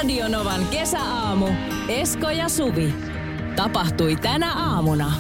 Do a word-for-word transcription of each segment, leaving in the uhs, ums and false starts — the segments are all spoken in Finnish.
Radio Novan kesäaamu. Esko ja Suvi. Tapahtui tänä aamuna.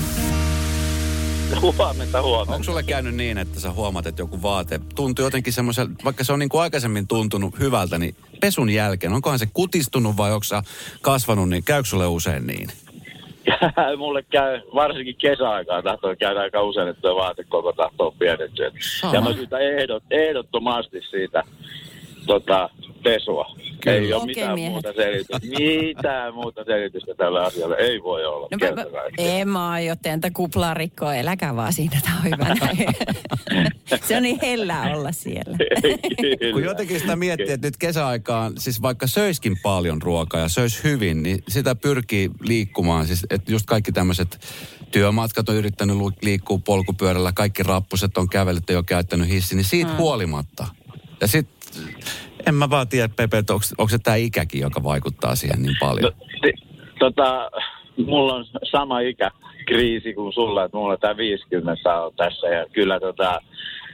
Huomenta, huomenta. Onko sulle käynyt niin, että sä huomaat, että joku vaate tuntuu jotenkin semmoisen, vaikka se on niin kuin aikaisemmin tuntunut hyvältä, niin pesun jälkeen, onkohan se kutistunut vai onko sä kasvanut, niin käykö sulle usein niin? Mulle käy, varsinkin kesäaikaan tahtoo käydä aika usein, että tuo vaatekoko tahtoo pienentyä. Ja mä siitä ehdot, ehdottomasti siitä tota, pesua. Kyllä. Ei ole mitään muuta selitystä. Mitään muuta selitystä tälle asialle ei voi olla. No mä, en mä aio teitä kuplaa rikkoa, eläkää vaan siinä, tämä on hyvä näin. Se on niin hellää olla siellä. Kun jotenkin sitä miettii, että nyt kesäaikaan, siis vaikka söiskin paljon ruokaa ja söis hyvin, niin sitä pyrkii liikkumaan. Siis, että just kaikki tämmöiset työmatkat on yrittänyt liikkua polkupyörällä, kaikki rappuset on kävellyt ja jo käyttänyt hissi, niin siitä hmm. huolimatta. Ja sitten en mä vaan tiedä, Pepe, että onko, onko se tämä ikäkin, joka vaikuttaa siihen niin paljon? No, tota, mulla on sama ikäkriisi kuin sulla, että mulla tämä viisikymmentä on tässä ja kyllä tota,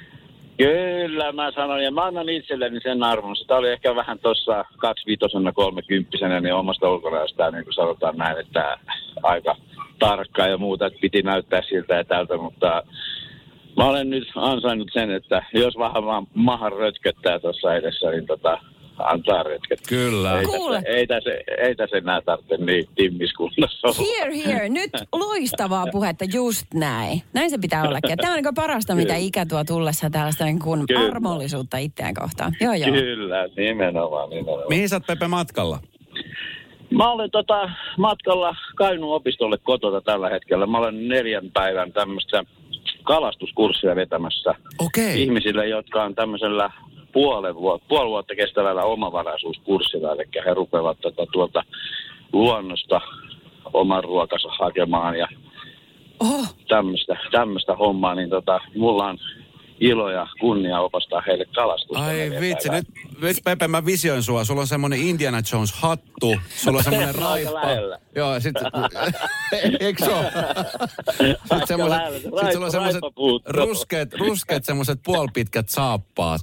kyllä mä sanon ja mä annan itselleni sen arvon. Sitä oli ehkä vähän tuossa kaksiviitosena, kolmekymppisenä, niin omasta ulkonäöstään niin kuin sanotaan näin, että aika tarkkaa ja muuta, että piti näyttää siltä ja tältä, mutta mä olen nyt ansainnut sen, että jos vähän vaan mahan rötköttää tuossa edessä, niin tota, antaa rötköttää. Kyllä. Ei Kuule. tässä, ei tässä, ei tässä enää tarvitse niin timmiskunnassa olla. Here, here. Nyt loistavaa puhetta, just näin. Näin se pitää ollakin. Tämä on niin parasta, mitä ikä tuo tullessa tällaista niin kuin armollisuutta itseään kohtaan. Joo, joo. Kyllä, nimenomaan, nimenomaan. Mihin sä oot, Pepe, matkalla? Mä olen tota, matkalla Kainuun opistolle kotota tällä hetkellä. Mä olen neljän päivän tämmöistä kalastuskurssia vetämässä Okei. ihmisille, jotka on tämmöisellä puolen vuotta, puoli vuotta kestävällä omavaraisuuskurssilla. Eli he rupeavat tätä tuolta luonnosta oman ruokansa hakemaan ja Oh. tämmöistä, tämmöistä hommaa. Niin tota, mulla on ilo ja kunnia opastaa heille kalastusta. Ai vitsi, nyt, nyt Pepe, mä visioin sua. Sulla on semmoinen Indiana Jones hattu, sulla on semmoinen raippa. Joo, ja sit, eikö se ole? Sitten semmoiset, sit sulla on semmoiset ruskeat, ruskeat semmoiset puolipitkät saappaat.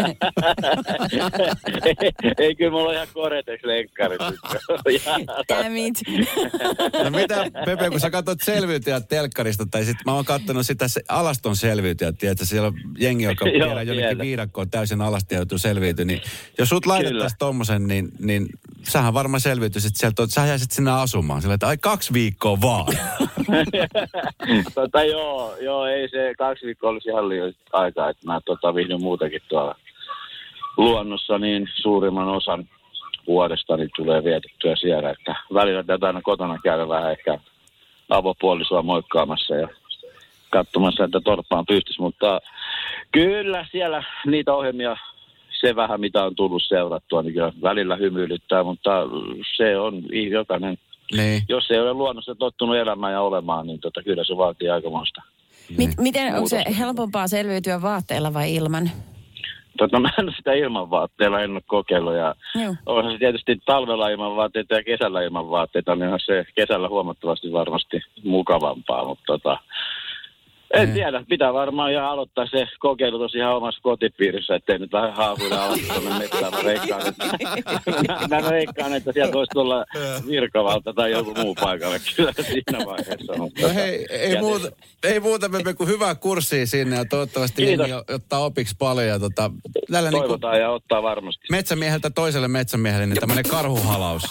Ei, kyllä mulla on ihan Gore-Tex-lenkkarit. Damn it. No mitä, Pepe, kun sä katsot selviytyjät telkkarista, tai sit mä oon kattonut sitä se, alaston selviytyjät, tiedätkö, siellä on jengi, joka vielä jonnekin viidakkoon täysin alasti joutuu selviytyä, niin jos sut laitettaisiin tommosen, niin, niin sähän varmaan selviytyisit sieltä, sä jäisit sinne asumaan, sillä että ai kaksi viikkoa vaan. tota joo, joo, ei se kaksi viikkoa olisi ihan liian aikaa, että mä tota vihdyn muutenkin tuolla luonnossa, niin suurimman osan vuodestani tulee vietettyä siellä, että välillä tätä aina kotona käydä vähän ehkä avopuolisua moikkaamassa ja katsomassa, että torppa on pystyssä, mutta kyllä siellä niitä ohjelmia, se vähän mitä on tullut seurattua, niin kyllä välillä hymyilyttää, mutta se on jokainen, niin. Jos ei ole luonnossa tottunut elämään ja olemaan, niin tota, kyllä se vaatii aikamoista. Niin. Miten, onko se helpompaa selviytyä vaatteilla vai ilman? Tota, mä en ole sitä ilman vaatteilla, en ole kokeillut. Ja onhan se tietysti talvella ilman vaatteita ja kesällä ilman vaatteita, niin on se kesällä huomattavasti varmasti mukavampaa, mutta tota, en tiedä, pitää varmaan ihan aloittaa se kokeilu tosiaan omassa kotipiirissä, ettei nyt vähän haahuilla alas tuonne metsään. Mä reikkaan, että, mä reikkaan, että sieltä voisi tulla Virkavalta tai joku muu paikalle kyllä siinä vaiheessa. Mutta no hei, ei muuta, ei muuta Pepe kuin hyvää kurssia sinne ja toivottavasti jengi ottaa opiksi paljon. Ja tota, toivotaan niin ja ottaa varmasti. Metsämieheltä toiselle metsämiehelle, niin tämmöinen karhuhalaus.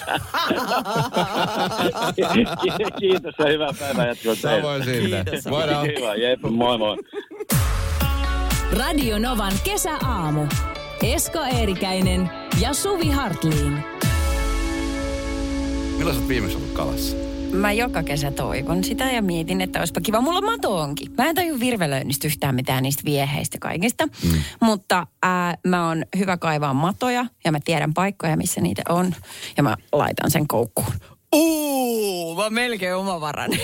Kiitos ja hyvää päivää jatkoa teille. Samoin siitä. Voidaan. Hyvä, jep, moi moi. Radio Novan kesäaamu. Esko Eerikäinen ja Suvi Hartliin. Milloin sä oot viimeksi ollut kalassa? Mä joka kesä toivon sitä ja mietin, että olisipa kiva. Mulla mato onkin. Mä en taju virvelöinnistä yhtään mitään niistä vieheistä kaikista. Mm. Mutta ää, mä oon hyvä kaivaa matoja ja mä tiedän paikkoja, missä niitä on. Ja mä laitan sen koukkuun. Uuu, mä oon melkein omavarainen.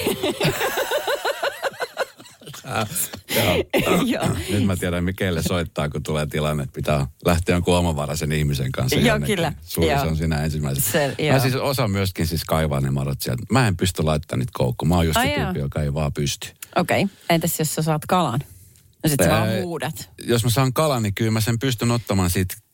Äh, joo. Nyt mä tiedän, Mikelle soittaa, kun tulee tilanne, että pitää lähteä jonkun omavaraisen ihmisen kanssa. Joo, kyllä. Suuri se on siinä ensimmäisenä. Se, mä siis osaan myöskin siis kaivaa ne madot sieltä. Mä en pysty laittamaan niitä koukkuun. Mä oon just se tyyppi, joka ei vaan pysty. Okei. Okay. Entäs jos sä saat kalan? No sit sä vaan huudat. Jos mä saan kalan, niin kyllä mä sen pystyn ottamaan siitä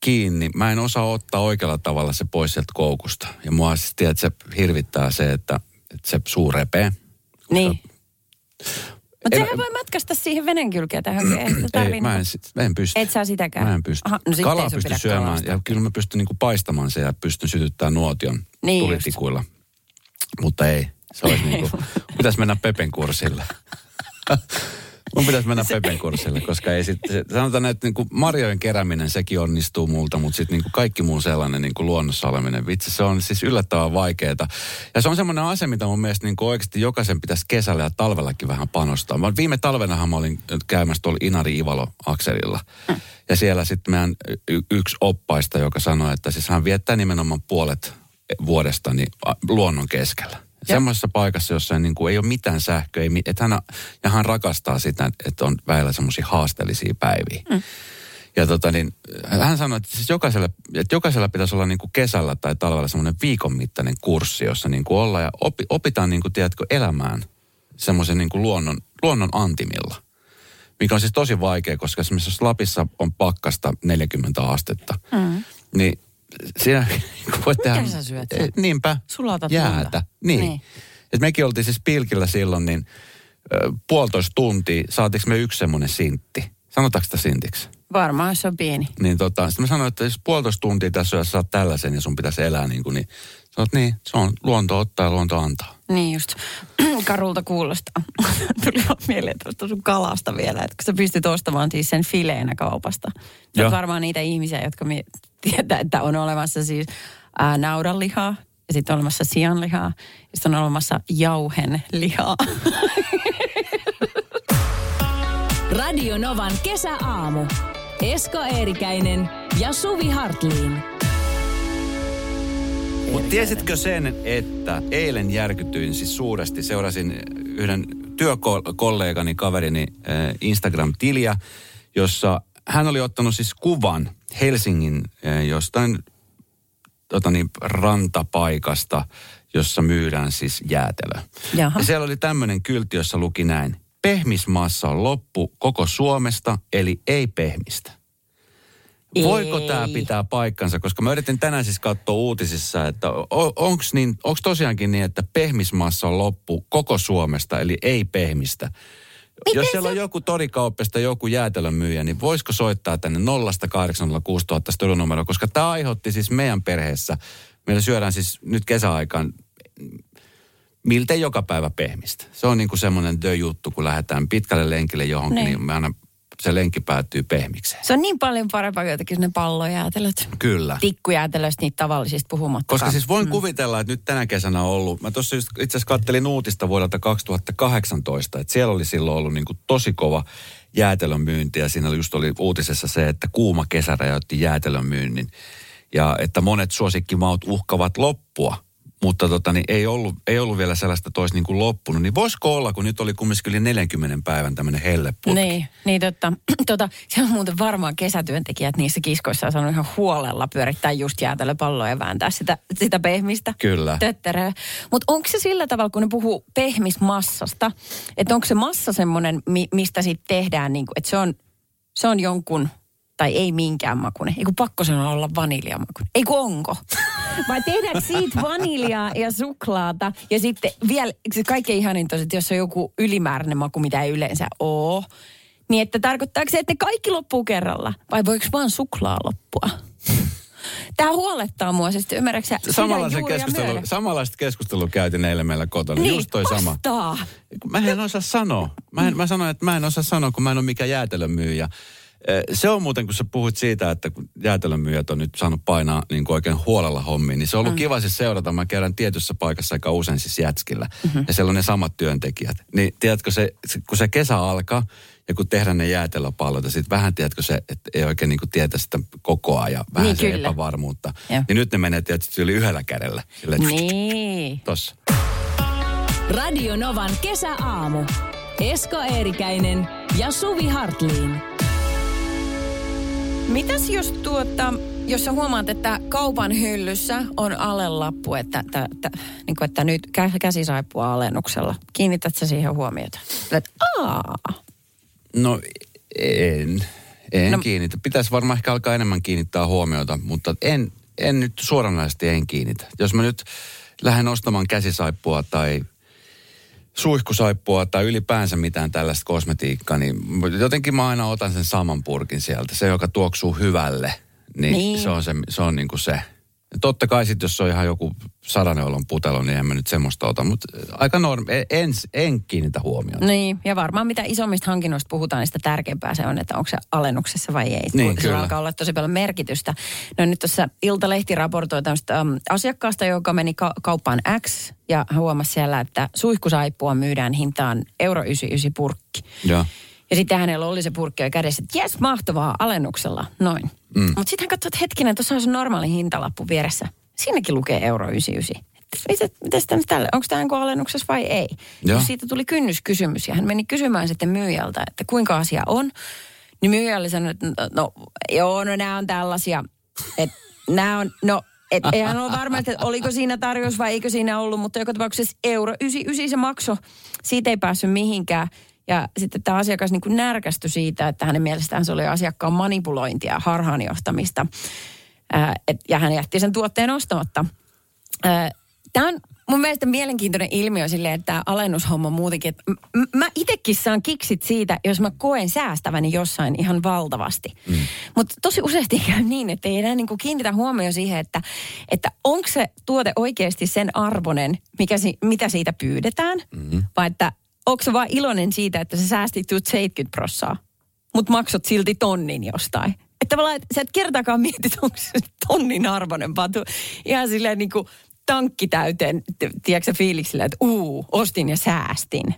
kiinni. Mä en osaa ottaa oikealla tavalla se pois sieltä koukusta. Ja mua siis tiedät, se hirvittää se, että, että se suu repee. Niin. Mutta sehän voi mätkästä siihen veden kylkeä tähän. Ei, mä en, mä en pysty. Et saa sitäkään? Mä en pysty. Aha, no kalaa pystyn syömään kalastaa. Ja kyllä mä pystyn niinku paistamaan sen ja pystyn sytyttämään nuotion niin tulitikuilla. Just. Mutta ei, se olisi niinku, pitäisi mennä Pepen kurssille. Mun pitäisi mennä Pepen kurssille, koska ei sitten, sanotaan, että niinku marjojen kerääminen, sekin onnistuu multa, mutta sitten niinku kaikki muu sellainen niinku luonnossa oleminen, vitsi, se on siis yllättävän vaikeaa. Ja se on semmoinen asia, mitä mun mielestä niinku oikeasti jokaisen pitäisi kesällä ja talvellakin vähän panostaa. Mä viime talvenahan mä olin käymässä tuolla Inari-Ivalo-akselilla. Mm. Ja siellä sitten meidän y- yksi oppaista, joka sanoi, että siis hän viettää nimenomaan puolet vuodesta niin luonnon keskellä. Semmoisessa paikassa, jossa niin kuin ei ole mitään sähköä, ei, että hän, ja hän rakastaa sitä, että on väillä semmoisia haasteellisia päiviä. Mm. Ja tota niin, hän sanoi, että, siis jokaisella, että jokaisella pitäisi olla niin kuin kesällä tai talvella semmoinen viikon mittainen kurssi, jossa niin kuin ollaan ja opi, opitaan niin kuin, tiedätkö, elämään semmoisen niin kuin luonnon, luonnon antimilla. Mikä on siis tosi vaikea, koska esimerkiksi jos Lapissa on pakkasta neljäkymmentä astetta, mm. niin siinä voi tehdä... Mitä sä syöt? Niinpä. Sulatat jäätä. Niin. niin. Et mekin oltiin siis pilkillä silloin, niin ö, puolitoista tuntia saatiinko me yksi semmoinen sintti. Sanotaanko sitä sintiksi? Varmaan se on pieni. Niin tota, sitten mä sanoin, että jos puolitoista tuntia tässä jos saat tällaisen ja sun pitäisi elää niin kuin, niin sanoit niin, se on luonto ottaa ja luonto antaa. Niin just. Karulta kuulostaa. Tuli vaan mieleen tuosta sun kalasta vielä, että kun sä pystyt ostamaan siis sen fileenä kaupasta. Se on varmaan niitä ihmisiä, jotka mi- tietää, että on olemassa siis ää, naudanlihaa ja sitten on olemassa sianlihaa ja sitten on olemassa jauhenlihaa. Radio Novan kesäaamu. Esko Eerikäinen ja Suvi Hartliin. Mutta tiesitkö sen, että eilen järkytyin siis suuresti. Seurasin yhden työkollegani, kaverini äh, Instagram-tiliä, jossa hän oli ottanut siis kuvan Helsingin äh, jostain tota niin, rantapaikasta, jossa myydään siis jäätelö. Jaha. Ja siellä oli tämmöinen kyltti, jossa luki näin. Pehmismassa on loppu koko Suomesta, eli ei pehmistä. Ei. Voiko tämä pitää paikkansa? Koska mä yritin tänään siis katsoa uutisissa, että onko niin, tosiaankin niin, että pehmismassa on loppu koko Suomesta, eli ei pehmistä. Miten jos siellä se on joku torikauppasta, joku jäätelön myyjä, niin voisiko soittaa tänne nolla kahdeksan nolla kuusi nolla nolla studionumero? Koska tämä aiheutti siis meidän perheessä, meillä syödään siis nyt kesäaikaan miltei joka päivä pehmistä. Se on niin kuin semmoinen the-juttu, kun lähdetään pitkälle lenkille johonkin, ne. niin me aina se lenkki päättyy pehmikseen. Se on niin paljon parempaa kuin jotakin ne pallojäätelöt. Kyllä. Tikkujäätelöistä niitä tavallisista puhumattakaan. Koska siis voin mm. kuvitella, että nyt tänä kesänä on ollut, mä tuossa itse asiassa kattelin uutista vuodelta kaksituhattakahdeksantoista, että siellä oli silloin ollut niin kuin tosi kova jäätelön myynti ja siinä just oli uutisessa se, että kuuma kesä rajoitti jäätelön myynnin ja että monet suosikkimaut uhkavat loppua. Mutta tota, niin ei, ollut, ei ollut vielä sellaista, että olisi niin kuin loppunut. Niin voisiko olla, kun nyt oli kumminkin yli neljänkymmenen päivän tämmöinen helleputki? Niin, niin totta. tota, se on muuten varmaan kesätyöntekijät niissä kiskoissa on saanut ihan huolella pyörittää just jäätelöpalloa ja vääntää sitä, sitä pehmistä. Kyllä. Tötteröä. Mutta onko se sillä tavalla, kun ne puhuu pehmismassasta, että onko se massa semmoinen, mi, mistä sitten tehdään, niin kuin, että se on, se on jonkun... Tai ei minkään makuinen. Eiku pakko sen olla vaniljamakuinen. Eiku onko? Vai tehdäänkö siitä vaniljaa ja suklaata? Ja sitten vielä, se kaikkein ihaninta on, että jos on joku ylimääräinen maku, mitä ei yleensä ole, niin että tarkoittaako se, että ne kaikki loppuu kerralla? Vai voiko vaan suklaa loppua? Tämä huolettaa mua, siis ymmärrätkö sä? Samanlaista keskustelua, samanlaista keskustelua käytiin eilen meillä kotona. Niin, just toi vastaa. Sama. Mä en osaa sanoa. Mä, en, mä sanoin, että mä en osaa sanoa, kun mä en ole mikään jäätelön myyjä. Se on muuten, kun sä puhuit siitä, että kun jäätelönmyyjät on nyt saanut painaa niin kuin oikein huolella hommiin, niin se on ollut mm. kiva siis seurata. Mä käydään tietyssä paikassa aika usein siis Jätskillä. Mm-hmm. Ja siellä on ne samat työntekijät. Niin tiedätkö, se, kun se kesä alkaa ja kun tehdään ne jäätelöpallot ja sitten vähän tiedätkö se, että ei oikein niin kuin tietä sitä kokoa ja vähän niin, se kyllä. epävarmuutta. Ja. Niin nyt ne menee tietysti yli yhdellä kädellä. Sille, niin. Tossa. Radio Novan kesäaamu. Esko Eerikäinen ja Suvi Hartliin. Mitäs jos tuota, jos sä huomaat, että kaupan hyllyssä on alelappu, että, että, että, niin kuin, että nyt käsisaippua alennuksella. Kiinnität sä siihen huomiota? Että aah. No en. En No- kiinnitä. Pitäisi varmaan ehkä alkaa enemmän kiinnittää huomiota, mutta en, en nyt suoranaisesti en kiinnitä. Jos mä nyt lähden ostamaan käsisaippua tai suihkusaippua tai ylipäänsä mitään tällaista kosmetiikkaa, niin jotenkin mä aina otan sen saman purkin sieltä. Se, joka tuoksuu hyvälle, niin, Niin. se on, se, se on niin kuin se. Ja totta kai sitten, jos on ihan joku sadaneulon putelo, niin en mä nyt semmoista ota. Mutta aika normi, en, en kiinnitä huomioon. Niin, ja varmaan mitä isommista hankinnoista puhutaan, niin sitä tärkeämpää se on, että onko se alennuksessa vai ei. Niin, Sillä kyllä. alkaa olla tosi paljon merkitystä. No nyt tuossa Iltalehti raportoi tämmöistä um, asiakkaasta, joka meni ka- kauppaan X ja huomasi siellä, että suihkusaippua myydään hintaan euro yhdeksänkymmentäyhdeksän purkki. Joo. Ja sitten hänellä oli se purkki jo kädessä, että jes, mahtavaa, alennuksella, noin. Mm. Mutta sitten hän katsoi, että hetkinen, tuossa on se normaali hintalappu vieressä. Siinäkin lukee euro yhdeksänkymmentäyhdeksän. Mitä, mitäs tämä nyt tälle? Onko tämä niin alennuksessa vai ei? Joo. Ja siitä tuli kynnyskysymys ja hän meni kysymään sitten myyjältä, että kuinka asia on. Niin myyjä oli sanonut, että no, no joo, no nämä on tällaisia, että nämä on, no, et eihän ole varmasti, että oliko siinä tarjous vai eikö siinä ollut, mutta joka tapauksessa euro yhdeksänkymmentäyhdeksän se makso, siitä ei päässyt mihinkään. Ja sitten tämä asiakas niin kuin närkästyi siitä, että hänen mielestään se oli asiakkaan manipulointia, harhaanjohtamista. Ää, et, ja hän jätti sen tuotteen ostamatta. Ää, tämä on mun mielestä mielenkiintoinen ilmiö silleen, että tämä alennushomma muutenkin. Että m- mä itsekin saan kiksit siitä, jos mä koen säästäväni jossain ihan valtavasti. Mm. Mutta tosi useasti käy niin, että ei enää niin kuin kiinnitä huomioon siihen, että, että onko se tuote oikeasti sen arvoinen, mikä si- mitä siitä pyydetään, mm-hmm. vai että onko se vaan iloinen siitä, että sä säästit seitsemänkymmentä prossaa, mutta maksat silti tonnin jostain. Että tavallaan, että sä et kertaakaan mietit, onko se tonnin arvoinen, vaan tu- ihan silleen niin kuin tankki täyteen, tiedätkö fiiliksillä, että uu, ostin ja säästin.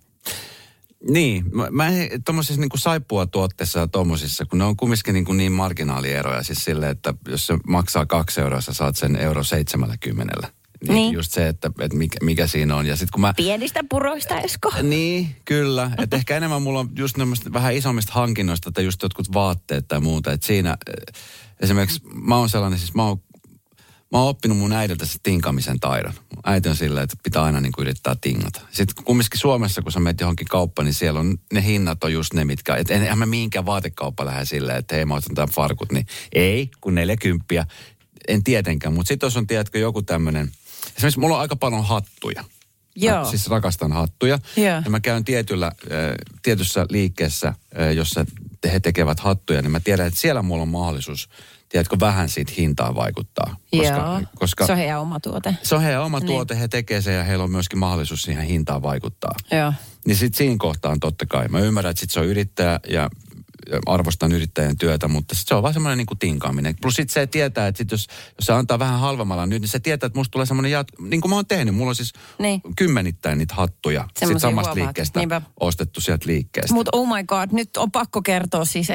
Niin, mä, mä tuommoisissa niin saippua tuotteissa ja tuommoisissa, kun ne on kumminkin niin, niin marginaalieroja, siis silleen, että jos se maksaa kaksi euroa, sä saat sen euro seitsemänkymmentä. Niin, niin. Just se, että, että mikä, mikä siinä on. Ja sit kun mä, pienistä puroista, Esko. Niin, kyllä. Että ehkä enemmän mulla on just nämmöistä vähän isommista hankinnoista, tai just jotkut vaatteet tai muuta. Että siinä esimerkiksi mä oon sellainen, siis mä oon, mä oon oppinut mun äidiltä se tinkaamisen taidon. Mun äiti on silleen, että pitää aina niin kuin yrittää tingata. Sitten kumminkin Suomessa, kun sä menet johonkin kauppaan, niin siellä on ne hinnat on just ne, mitkä, että enhän mä mihinkään vaatekauppa lähde silleen, että hei mä otan tämän farkut, niin ei, kun neljäkymppiä. En tietenkään, mutta sitten jos on, tiedätkö, joku tämmöinen, esimerkiksi mulla on aika paljon hattuja. Joo. Mä siis rakastan hattuja. Joo. Ja mä käyn tietyllä, äh, tietyssä liikkeessä, äh, jossa he tekevät hattuja, niin mä tiedän, että siellä mulla on mahdollisuus, tiedätkö, vähän siitä hintaa vaikuttaa. Koska, Joo, koska se on heidän oma tuote. Se on heidän oma niin. tuote, he tekee sen ja heillä on myöskin mahdollisuus siihen hintaan vaikuttaa. Joo. Niin sit siinä kohtaan totta kai. Mä ymmärrän, että sit se on yrittäjä ja arvostan yrittäjän työtä, mutta sit se on vaan semmoinen niin kuin tinkaaminen. Plus sit se tietää, että sit jos, jos se antaa vähän halvemmalla nyt, niin se tietää, että musta tulee semmoinen jat... Niin kuin mä oon tehnyt, mulla on siis niin. kymmenittäin niitä hattuja. Sitten samasta huomaat, liikkeestä niinpä. Ostettu sieltä liikkeestä. Mutta oh my god, nyt on pakko kertoa siis,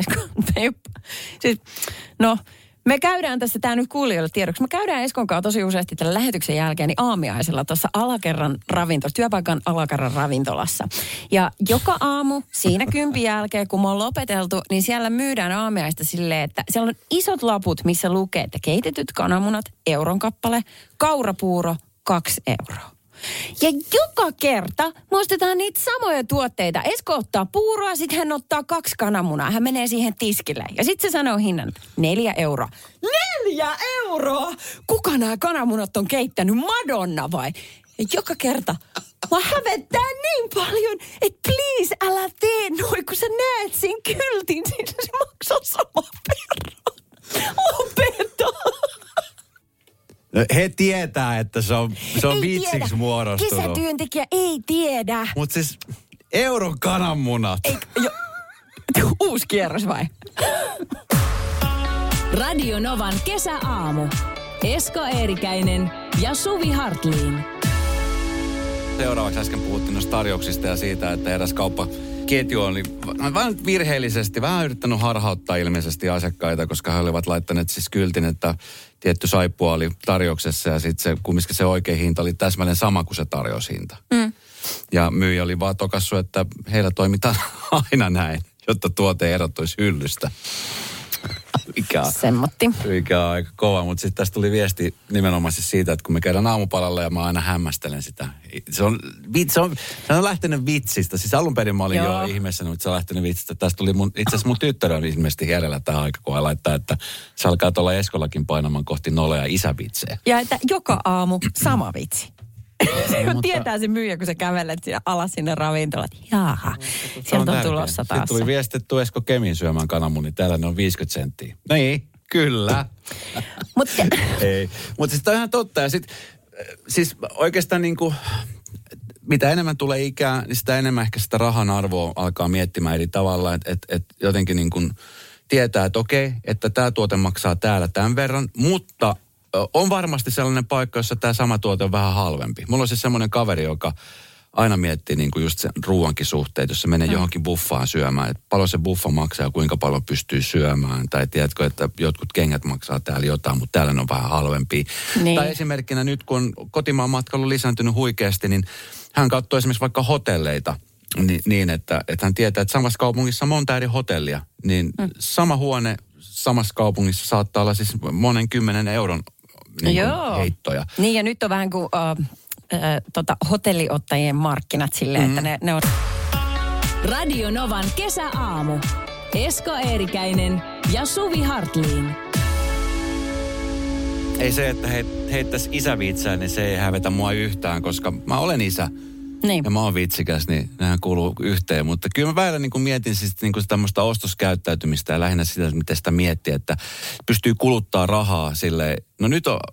siis no... Me käydään tässä, tämä nyt kuulijoille tiedoksi, me käydään Eskon kanssa tosi useasti tämän lähetyksen jälkeen niin aamiaisella tuossa alakerran ravintolassa, työpaikan alakerran ravintolassa. Ja joka aamu siinä kympin jälkeen, kun me on lopeteltu, niin siellä myydään aamiaista silleen, että siellä on isot laput, missä lukee, että keitetyt kananmunat, euron kappale, kaurapuuro, kaksi euroa. Ja joka kerta me ostetaan niitä samoja tuotteita. Esko ottaa puuroa, sitten hän ottaa kaksi kananmunaa. Hän menee siihen tiskille. Ja sitten se sanoo hinnan, neljä euroa. Neljä euroa? Kuka nämä kananmunat on keittänyt? Madonna vai? Ja joka kerta mä hävettää niin paljon, että please älä tee noin, kun sä näet siinä kyltin. Siinä se maksaa sama verran. Lopeta. He tietää, että se on, se on vitsiksi muodostunut. Kesätyöntekijä ei tiedä. Mutta siis euron kananmunat. Ei, jo, uusi kierros vai? Radio Novan kesäaamu. Esko Eerikäinen ja Suvi Hartliin. Seuraavaksi äsken puhuttiin noista tarjouksista ja siitä, että eräs kauppaketju oli vähän virheellisesti, vähän yrittänyt harhauttaa ilmeisesti asiakkaita, koska he olivat laittaneet siis kyltin, että tietty saippua oli tarjouksessa ja sitten se, kumminkin se oikea hinta oli täsmälleen sama kuin se tarjoushinta. Mm. Ja myyjä oli vaan tokassut, että heillä toimitaan aina näin, jotta tuote erottuisi hyllystä. Mikä on, Semmotti. mikä on aika kova, mutta sitten tästä tuli viesti nimenomaan siis siitä, että kun me käydään aamupalalla ja mä aina hämmästelen sitä. Se on, se on, se on lähtenyt vitsistä. Siis alun perin mä olin Joo. jo ihmeessä, mutta se on lähtenyt vitsistä. Tästä tuli mun, itse asiassa mun tyttärä on ilmeisesti järjellä tähän aikaan, kun hän laittaa, että se alkaa tuolla Eskollakin painamaan kohti noloja isävitsejä. Ja että joka aamu sama vitsi. Se kun tietää se myyjä, kun sä kävelet siinä alas sinne ravintolat. Jaaha, sieltä on, on tulossa taas. Sitten tuli viestetty Esko Kemin syömään kananmunin. Täällä ne on viisikymmentä senttiä. Niin, kyllä. Mutta Ei, mutta siis tämä on ihan totta. Ja sit, siis oikeastaan niin kuin, mitä enemmän tulee ikää, niin sitä enemmän ehkä sitä rahan arvoa alkaa miettimään eri tavalla. Että et, et jotenkin niin kuin tietää, että okei, että tämä tuote maksaa täällä tämän verran, mutta on varmasti sellainen paikka, jossa tämä sama tuote on vähän halvempi. Mulla on siis semmoinen kaveri, joka aina miettii niin kuin just sen ruuankin suhteet, jos se menee mm. johonkin buffaan syömään, että paljon se buffa maksaa ja kuinka paljon pystyy syömään. Tai tiedätkö, että jotkut kengät maksaa täällä jotain, mutta täällä ne on vähän halvempia. Niin. Tai esimerkkinä nyt, kun on kotimaan matkailu lisääntynyt huikeasti, niin hän katsoo esimerkiksi vaikka hotelleita niin, niin että, että hän tietää, että samassa kaupungissa on monta eri hotellia. Niin mm. sama huone samassa kaupungissa saattaa olla siis monen kymmenen euron niin heittoja. Niin ja nyt on vähän kuin uh, uh, tota, hotelliottajien markkinat silleen, mm. että ne, ne on... Radio Novan kesäaamu. Esko Eerikäinen ja Suvi Hartliin. Ei se, että he, heittäisi isävitsää, niin se ei hävetä mua yhtään, koska mä olen isä. Niin. Ja mä oon vitsikäs, niin nehän kuuluu yhteen. Mutta kyllä mä välillä niin kuin mietin siis niin kuin tämmöistä ostoskäyttäytymistä ja lähinnä sitä, miten sitä miettii, että pystyy kuluttaa rahaa silleen. No nyt on,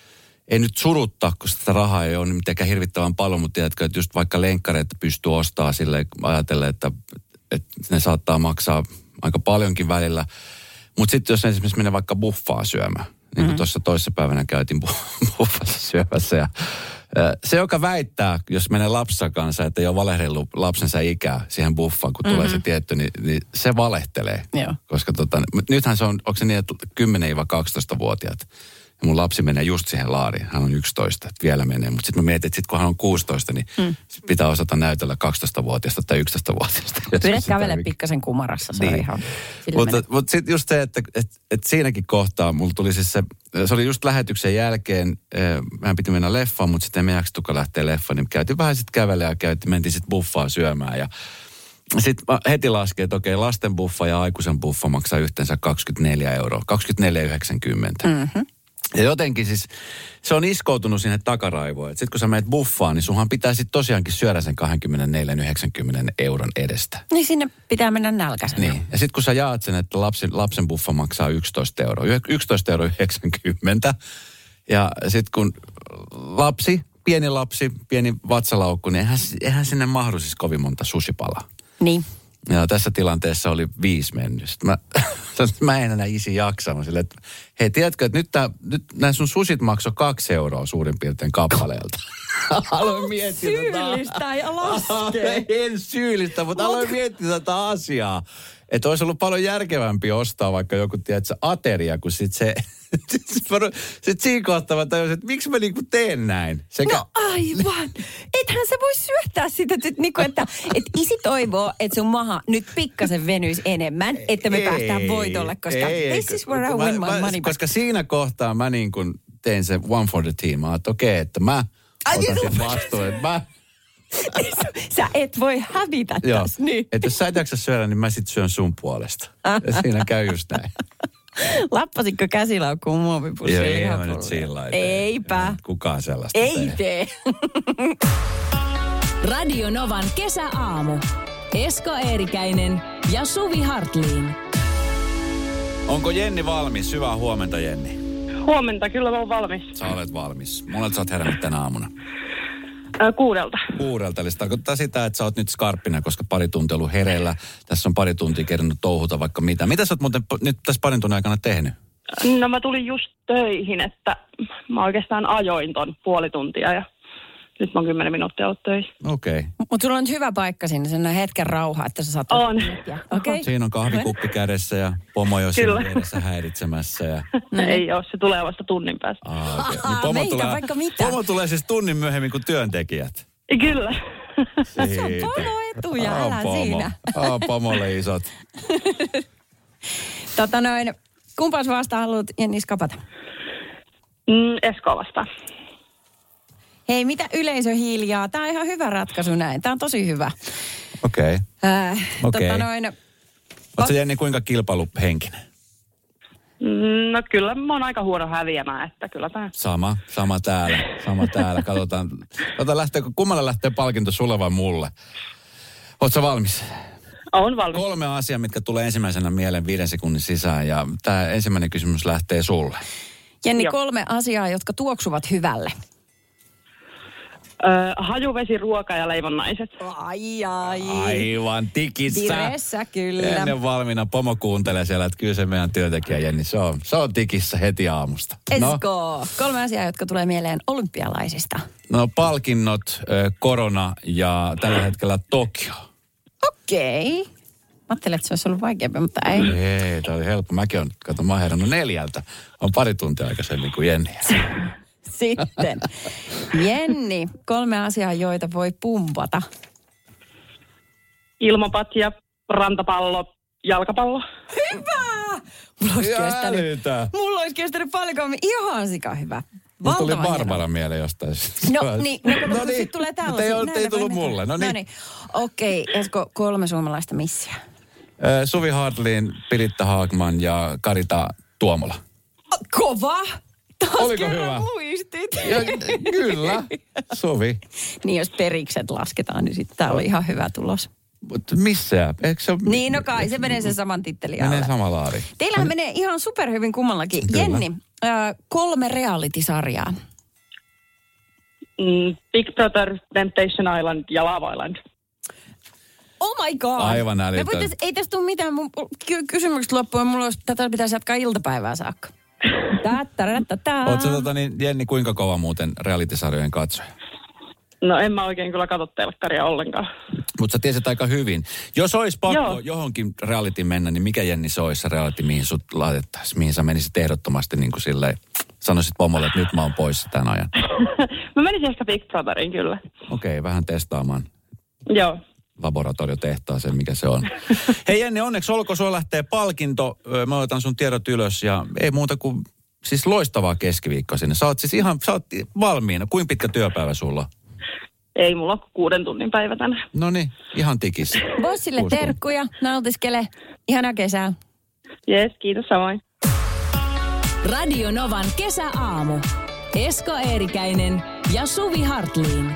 ei nyt suruttaa, kun sitä rahaa ei ole mitenkään hirvittävän paljon, mutta tiedätkö, että just vaikka lenkkareita pystyy ostamaan silleen, ajatellen, että, että ne saattaa maksaa aika paljonkin välillä. Mutta sitten jos esimerkiksi menee vaikka buffaa syömään, niin kuin mm-hmm. tuossa toissa päivänä käytiin buffassa syömässä ja se, joka väittää, jos menee lapsen kanssa, että ei ole valehdellut lapsensa ikää siihen buffaan, kun mm-hmm. tulee se tietty, niin, niin se valehtelee. Joo. Koska tota, nythän se on, onko se niin, että kymmenen kaksitoista-vuotiaat, ja mun lapsi menee just siihen laariin, hän on yksitoista, että vielä menee. Mutta sitten mä mietin, että sit kun hän on kuusitoista, niin mm. pitää osata näytellä kaksitoista-vuotiaasta tai yksitoista-vuotiaasta. Pyydä kävele pikkasen kumarassa, se niin. on ihan... Mutta, mutta sitten just se, että, että, että siinäkin kohtaa mulla tuli siis se, se oli just lähetyksen jälkeen, mehän piti mennä leffaan, mutta sitten me jaksetukaan lähteä leffaan, niin käytiin vähän sitten kävelemään ja käytiin, mentiin sitten buffaa syömään ja sitten heti laskee, että okei, lasten buffa ja aikuisen buffa maksaa yhteensä kaksikymmentäneljä euroa, kaksikymmentäneljä yhdeksänkymmentä. Mm-hmm. Ja jotenkin siis se on iskoutunut sinne takaraivoon. Sitten kun sä menet buffaan, niin sunhan pitää sitten tosiaankin syödä sen kaksikymmentäneljä yhdeksänkymmentä euron edestä. Niin sinne pitää mennä nälkäisenä. Niin. Ja sitten kun sä jaat sen, että lapsen, lapsen buffa maksaa yksitoista euroa, yksitoista euroa yhdeksänkymmentä. Ja sitten kun lapsi, pieni lapsi, pieni vatsalaukku, niin eihän, eihän sinne mahdu siis kovin monta sushipalaa. Niin. Ja tässä tilanteessa oli viisi mennyt. Sitten mä, mä en enää isi jaksanut sille, että hei, tiedätkö, että nyt, tää, nyt nämä sun susit maksoi kaksi euroa suurin piirtein kappaleelta. Aloin miettiä syyllistä ja laskee. En syyllistä, mutta aloin miettiä tätä asiaa. Että olisi ollut paljon järkevämpi ostaa vaikka joku, tiedätkö, ateria, kun sit se... Sitten siinä kohtaa mä tajusin, että miksi mä niinku teen näin. Sekä... No aivan. Ethän se voi syöttää sitä, että, niinku, että, että isi toivoo, että sun maha nyt pikkasen venyisi enemmän, että me ei, päästään voitolle, koska ei, this is where I win my money. Koska siinä kohtaa mä niin kuin tein se one for the team. Mä että okei, okay, että mä otan sen vastuun, että mä... Sä et voi hävitä tässä. Niin. Että jos sä et jaksa syödä, niin mä sit syön sun puolesta. Ja siinä käy just näin. Lappasitko käsilaukkuun muovipussiin? Joo, ei mä nyt sillä lailla. Eipä. Kukaan sellaista ei tee. Radio Novan kesäaamu. Esko Eerikäinen ja Suvi Hartliin. Onko Jenni valmis? Hyvää huomenta, Jenni. Huomenta, kyllä mä oon valmis. Sä olet valmis. Monelta sä oot herännyt tänä aamuna? Äh, kuudelta. Kuudelta, eli se tarkoittaa sitä, että sä oot nyt skarppina, koska pari tuntia ollut hereillä. Tässä on pari tuntia kerännyt touhuta vaikka mitä. Mitä sä oot muuten nyt tässä parin tunnin aikana tehnyt? No mä tulin just töihin, että mä oikeastaan ajoin ton puoli tuntia ja nyt mä oon kymmenen minuuttia ollut töissä. Okei. Okay. Mutta sulla on hetkä paikka sinne, sen hetken rauha, että sä saat... On. Okay. Siinä on kahvikuppi kädessä ja pomo jo siinä vieressä häiritsemässä. Ja... No ei ole, se tulee vasta tunnin päästä. Ah, okay. Niin pomo, tulee, vaikka mitä. Pomo tulee siis tunnin myöhemmin kuin työntekijät. Kyllä. Se on pomo etuja, älä pomo. siinä. Ah, pomolle isot. Tota noin, Kumpas vasta haluat, Jenni, skapata? Mm, Esko vastaan. Hei, mitä yleisö hiljaa? Tämä on ihan hyvä ratkaisu näin. Tämä on tosi hyvä. Okei. Okay. Äh, Okei. Tota noin... Oletko Jenni kuinka kilpailuhenkinen? Mm, no kyllä mä oon aika huono häviämään, että kyllä tämä... Sama, sama täällä, sama täällä. Katsotaan, katsotaan lähteekö, kummalle lähtee palkinto, sulle vai mulle? Ootko valmis? On valmis. Kolme asiaa, mitkä tulee ensimmäisenä mieleen viiden sekunnin sisään ja tämä ensimmäinen kysymys lähtee sulle. Jenni, Joo. kolme asiaa, jotka tuoksuvat hyvälle. Öö, hajuvesi, ruoka ja leivonnaiset. Ai, ai. Aivan tikissä. Diressä, kyllä. Ennen valmiina pomo kuuntelee siellä, että kyllä se meidän työntekijä Jenni, se on, se on tikissä heti aamusta. Esko, no. Kolme asiaa, jotka tulee mieleen olympialaisista. No palkinnot, korona ja tällä hetkellä Tokio. Okei. Okay. Mä ajattelin, että se olisi ollut vaikeampi, mutta ei. Ei, tämä oli helppo. Mäkin olen, kato, mä oon herännyt neljältä. On pari tuntia aikaisemmin kuin Jenni. Sitten. Jenni, kolme asiaa, joita voi pumpata. Ilmapatja, rantapallo, jalkapallo. Hyvä! Mulla olisi, kestänyt, Älytä. mulla olisi kestänyt paljon kauemmin. Ihan sika hyvä. Musta tuli Valtavan Barbara hieno. mieleen jostain. No niin, no, no, no niin, sitten tulee mutta tällaisia. ei, ole- Näin ei ne voi tullut mennä. mulle. No niin. Okei, okay, Esko, kolme suomalaista missiä. Ö, Suvi Hartlin, Piritta Haagman ja Karita Tuomola. Kova! Taas Oliko kerran hyvä? muistit. Ja, kyllä, Suvi. Niin, jos perikset lasketaan, niin sitten tämä oli ihan hyvä tulos. Mutta missä? Eikö se ole... Niin, no kai, se menee sen saman tittelin alle. Menee sama laari. Teillähän menee ihan superhyvin kummallakin. Kyllä. Jenni, äh, kolme reality-sarjaa. Mm, Big Brother, Temptation Island ja Love Island. Oh my god. Aivan älytön. Me voitais, ei tästä tule mitään. Mun ky- kysymykset loppuun. Mulla olisi, tätä pitäisi jatkaa iltapäivää saakka. Tätä, Oletko tota niin, Jenni, kuinka kova muuten reality-sarjojen katsoja? No en mä oikein kyllä katso telkkaria ollenkaan. Mutta sä tiesit aika hyvin. Jos olisi pakko Joo. johonkin reality mennä, niin mikä Jenni se olisi se reality, mihin sut laitettaisiin? Mihin sä menisit ehdottomasti niin kuin silleen, sanoisit pomolle, että nyt mä oon poissa tämän ajan. Mä menisin ehkä Big Brotheriin kyllä. Okei, okay, vähän testaamaan Joo. laboratoriotehtaaseen, mikä se on. Hei Jenni, onneksi olko, sulla lähtee palkinto. Ö, Mä otan sun tiedot ylös ja ei muuta kuin siis loistavaa keskiviikkoa sinne. Sä oot siis ihan, sä oot valmiina. Kuinka pitkä työpäivä sulla on? Ei mulla ole kuuden tunnin päivä tänään. No niin, ihan tikissä. Bossille Kuusi terkkuja, nautiskele. Ihanaa kesää. Jees, kiitos samoin. Radio Novan kesäaamu. Esko Eerikäinen ja Suvi Hartliin.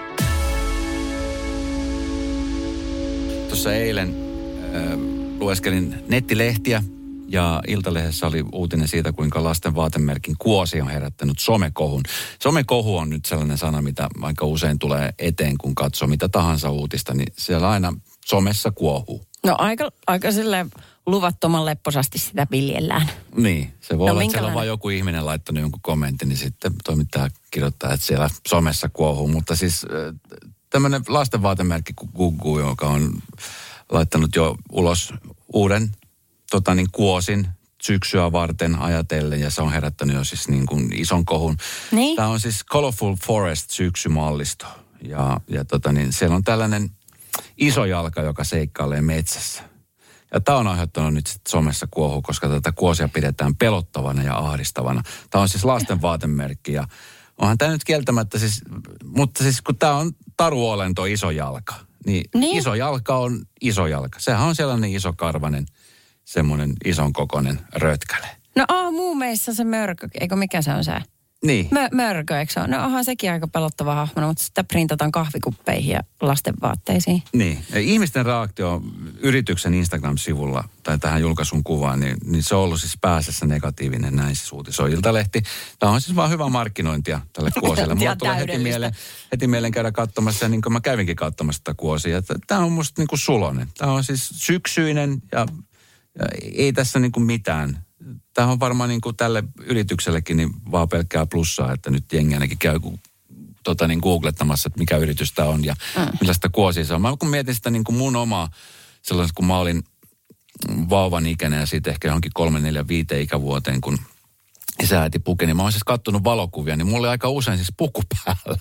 Tuossa eilen äh, lueskelin nettilehtiä ja Iltalehdessä oli uutinen siitä, kuinka lasten vaatemerkin kuosi on herättänyt somekohun. Somekohu on nyt sellainen sana, mitä aika usein tulee eteen, kun katsoo mitä tahansa uutista, niin siellä aina somessa kuohuu. No aika, aika silleen luvattoman lepposasti sitä viljellään. Niin, se voi No olla, että siellä on minkälainen? vain joku ihminen laittanut jonkun kommentin, niin sitten toimittaja kirjoittaa, että siellä somessa kuohuu. Mutta siis tämmöinen lastenvaatemerkki kuin Gugu, joka on laittanut jo ulos uuden tota niin, kuosin syksyä varten ajatellen, ja se on herättänyt jo siis niin kuin ison kohun. Niin. Tämä on siis Colorful Forest syksymallisto. Ja, ja tota niin, siellä on tällainen iso jalka, joka seikkailee metsässä. Ja tämä on aiheuttanut nyt sit somessa kuohu, koska tätä kuosia pidetään pelottavana ja ahdistavana. Tämä on siis lasten vaatemerkki ja onhan tämä nyt kieltämättä siis, mutta siis kun tämä on taruolento iso jalka, niin, Niin. iso jalka on iso jalka. Sehän on sellainen iso karvanen, semmoinen ison kokoinen rötkäle. No aamuumeissa se mörkö, eikö mikä se on se? Niin. Mö, mörkö, eikö se ole? No onhan sekin aika pelottava hahmona, mutta sitä printataan kahvikuppeihin ja lasten vaatteisiin. Niin. Ja ihmisten reaktio yrityksen Instagram-sivulla tai tähän julkaisun kuvaan, niin, niin se on ollut siis pääsessä negatiivinen, näin siis uutisoi Iltalehti. Tämä on siis vaan hyvää markkinointia tälle kuosille. Mulla Ihan tulee heti täydellistä. mieleen, heti mieleen käydä katsomassa, ja niin kuin mä kävinkin katsomassa tätä kuosia. Tämä on musta niin kuin sulonen. Tämä on siis syksyinen ja, ja ei tässä niin kuin mitään. Tämä on varmaan niin kuin tälle yrityksellekin niin vaan pelkkää plussaa, että nyt jengi ainakin käy tota niin googlettamassa, että mikä yritys tämä on ja mm. millaista kuosia se on. Mä kun mietin sitä niin kuin mun omaa, sellaisen kun mä olin vauvan ikäinen ja siitä ehkä johonkin kolme, neljä, viiteen ikävuoteen, kun isä äiti pukeni. Mä oon siis kattonut valokuvia, niin mulla oli aika usein siis puku päällä.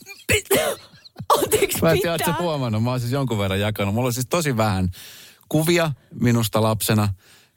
Anteeksi, Mä en tiedä, ootko sä huomannut. Mä oon siis jonkun verran jakanut. Mulla on siis tosi vähän kuvia minusta lapsena.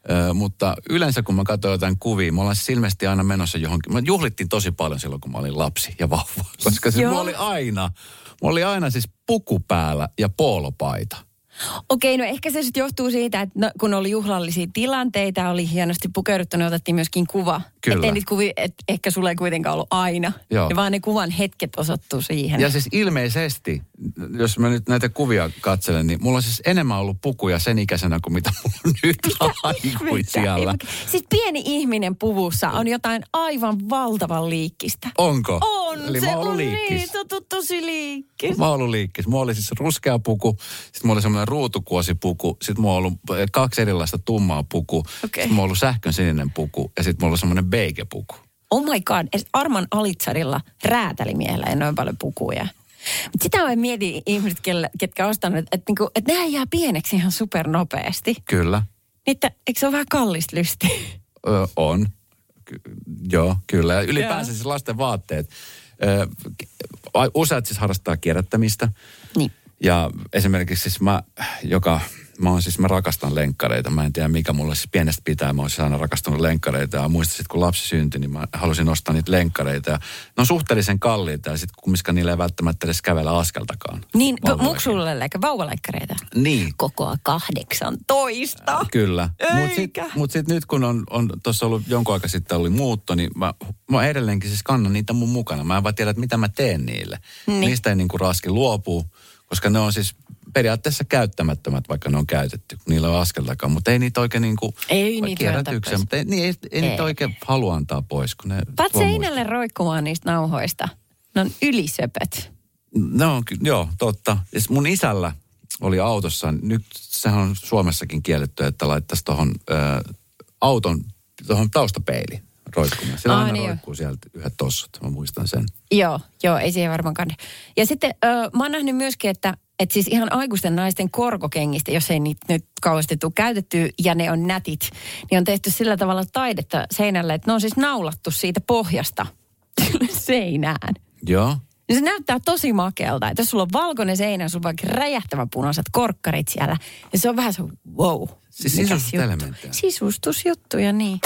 Ö, mutta yleensä kun mä katsoin jotain kuvia, mä ollaan siis ilmeisesti aina menossa johonkin. Mä juhlittiin tosi paljon silloin, kun mä olin lapsi ja vauva. Koska siis mulla oli aina, mulla oli aina siis puku päällä ja poolopaita. Okei, no ehkä se sitten johtuu siitä, että no, kun oli juhlallisia tilanteita, oli hienosti pukeuduttu, niin otettiin myöskin kuva. Kyllä. Että niitä kuvia, että ehkä sulla ei kuitenkaan ollut aina. Joo. Ja vaan ne kuvan hetket osoittuu siihen. Ja siis ilmeisesti, jos mä nyt näitä kuvia katselen, niin mulla on siis enemmän ollut pukuja sen ikäisenä kuin mitä mulla on nyt aikuisijalla. Siis pieni ihminen puvussa on jotain aivan valtavan liikkistä. Onko? On, Eli se mä oon ollut on liikkis. niin, se on tosi liikkis. Mä oon ollut liikkis. Mulla oli siis ruskea puku, sitten mulla oli semmoinen ruutukuosipuku, sitten mulla on ollut kaksi erilaista tummaa puku, Okay. sitten mulla on ollut sähkön sininen puku ja sitten mulla on semmoinen beige-puku. Oh my god, Arman Alitsarilla räätälimiehellä ei noin paljon pukuja. Mutta sitä mä mietin ihmiset, ketkä on ostanut, että, että, niinku, että nämä jää pieneksi ihan supernopeasti. Kyllä. Niitä, eikö se ole vähän kallista lystiä? Ö, on. Ky- joo, kyllä. Ja ylipäänsä siis lasten vaatteet. Ö, useat siis harrastaa kierrättämistä. Niin. Ja esimerkiksi siis mä, joka, mä oon siis, mä rakastan lenkkareita. Mä en tiedä mikä mulle siis pienestä pitää. Mä oon siis aina rakastanut lenkkareita. Ja muistan sit, kun lapsi syntyi, niin mä halusin ostaa niitä lenkkareita. Ja ne on suhteellisen kalliita. Ja sit kumminkaan niillä ei välttämättä edes kävellä askeltakaan. Niin, muksulle eikä vauvaleikkareita. Niin. Kokoa kahdeksantoista. Kyllä. Mutta Eikä. sitten mut sit nyt kun on, on tuossa ollut jonkun aika sitten oli muutto, niin mä, mä edelleenkin siis kannan niitä mun mukana. Mä en vaan tiedä, että mitä mä teen niille. Niin. Niistä ei niinku raski luopua, koska ne on siis periaatteessa käyttämättömät, vaikka ne on käytetty. Niillä on askeltakaan, mutta ei niitä oikein niinku... Ei niitä kierrätykseen, mutta ei, niin, ei, ei, ei niitä oikein halua antaa pois, kun ne... Päät voi seinälle muistaa. roikkumaan niistä nauhoista. Ne on ylisöpöt. No ky- joo, totta. Ja mun isällä oli autossa, nyt sehän on Suomessakin kielletty, että laittaisi tuohon auton, tuohon taustapeiliin roikkumaan. Sillä Aa, aina niin roikkuu sieltä yhdet tossut, mä muistan sen. Joo, joo, ei siihen varmaan kanne. Ja sitten ö, mä oon nähnyt myöskin, että et siis ihan aikuisten naisten korkokengistä, jos ei niitä nyt kauheasti tule käytetty ja ne on nätit, niin on tehty sillä tavalla taidetta seinällä, että ne on siis naulattu siitä pohjasta seinään. Joo. Ja se näyttää tosi makealta, että jos sulla on valkoinen seinä, sulla on vaikka räjähtävän punaiset korkkarit siellä. Ja se on vähän se wow. Siis mikäs sisustuselementtejä. juttu. Sisustusjuttuja, niin.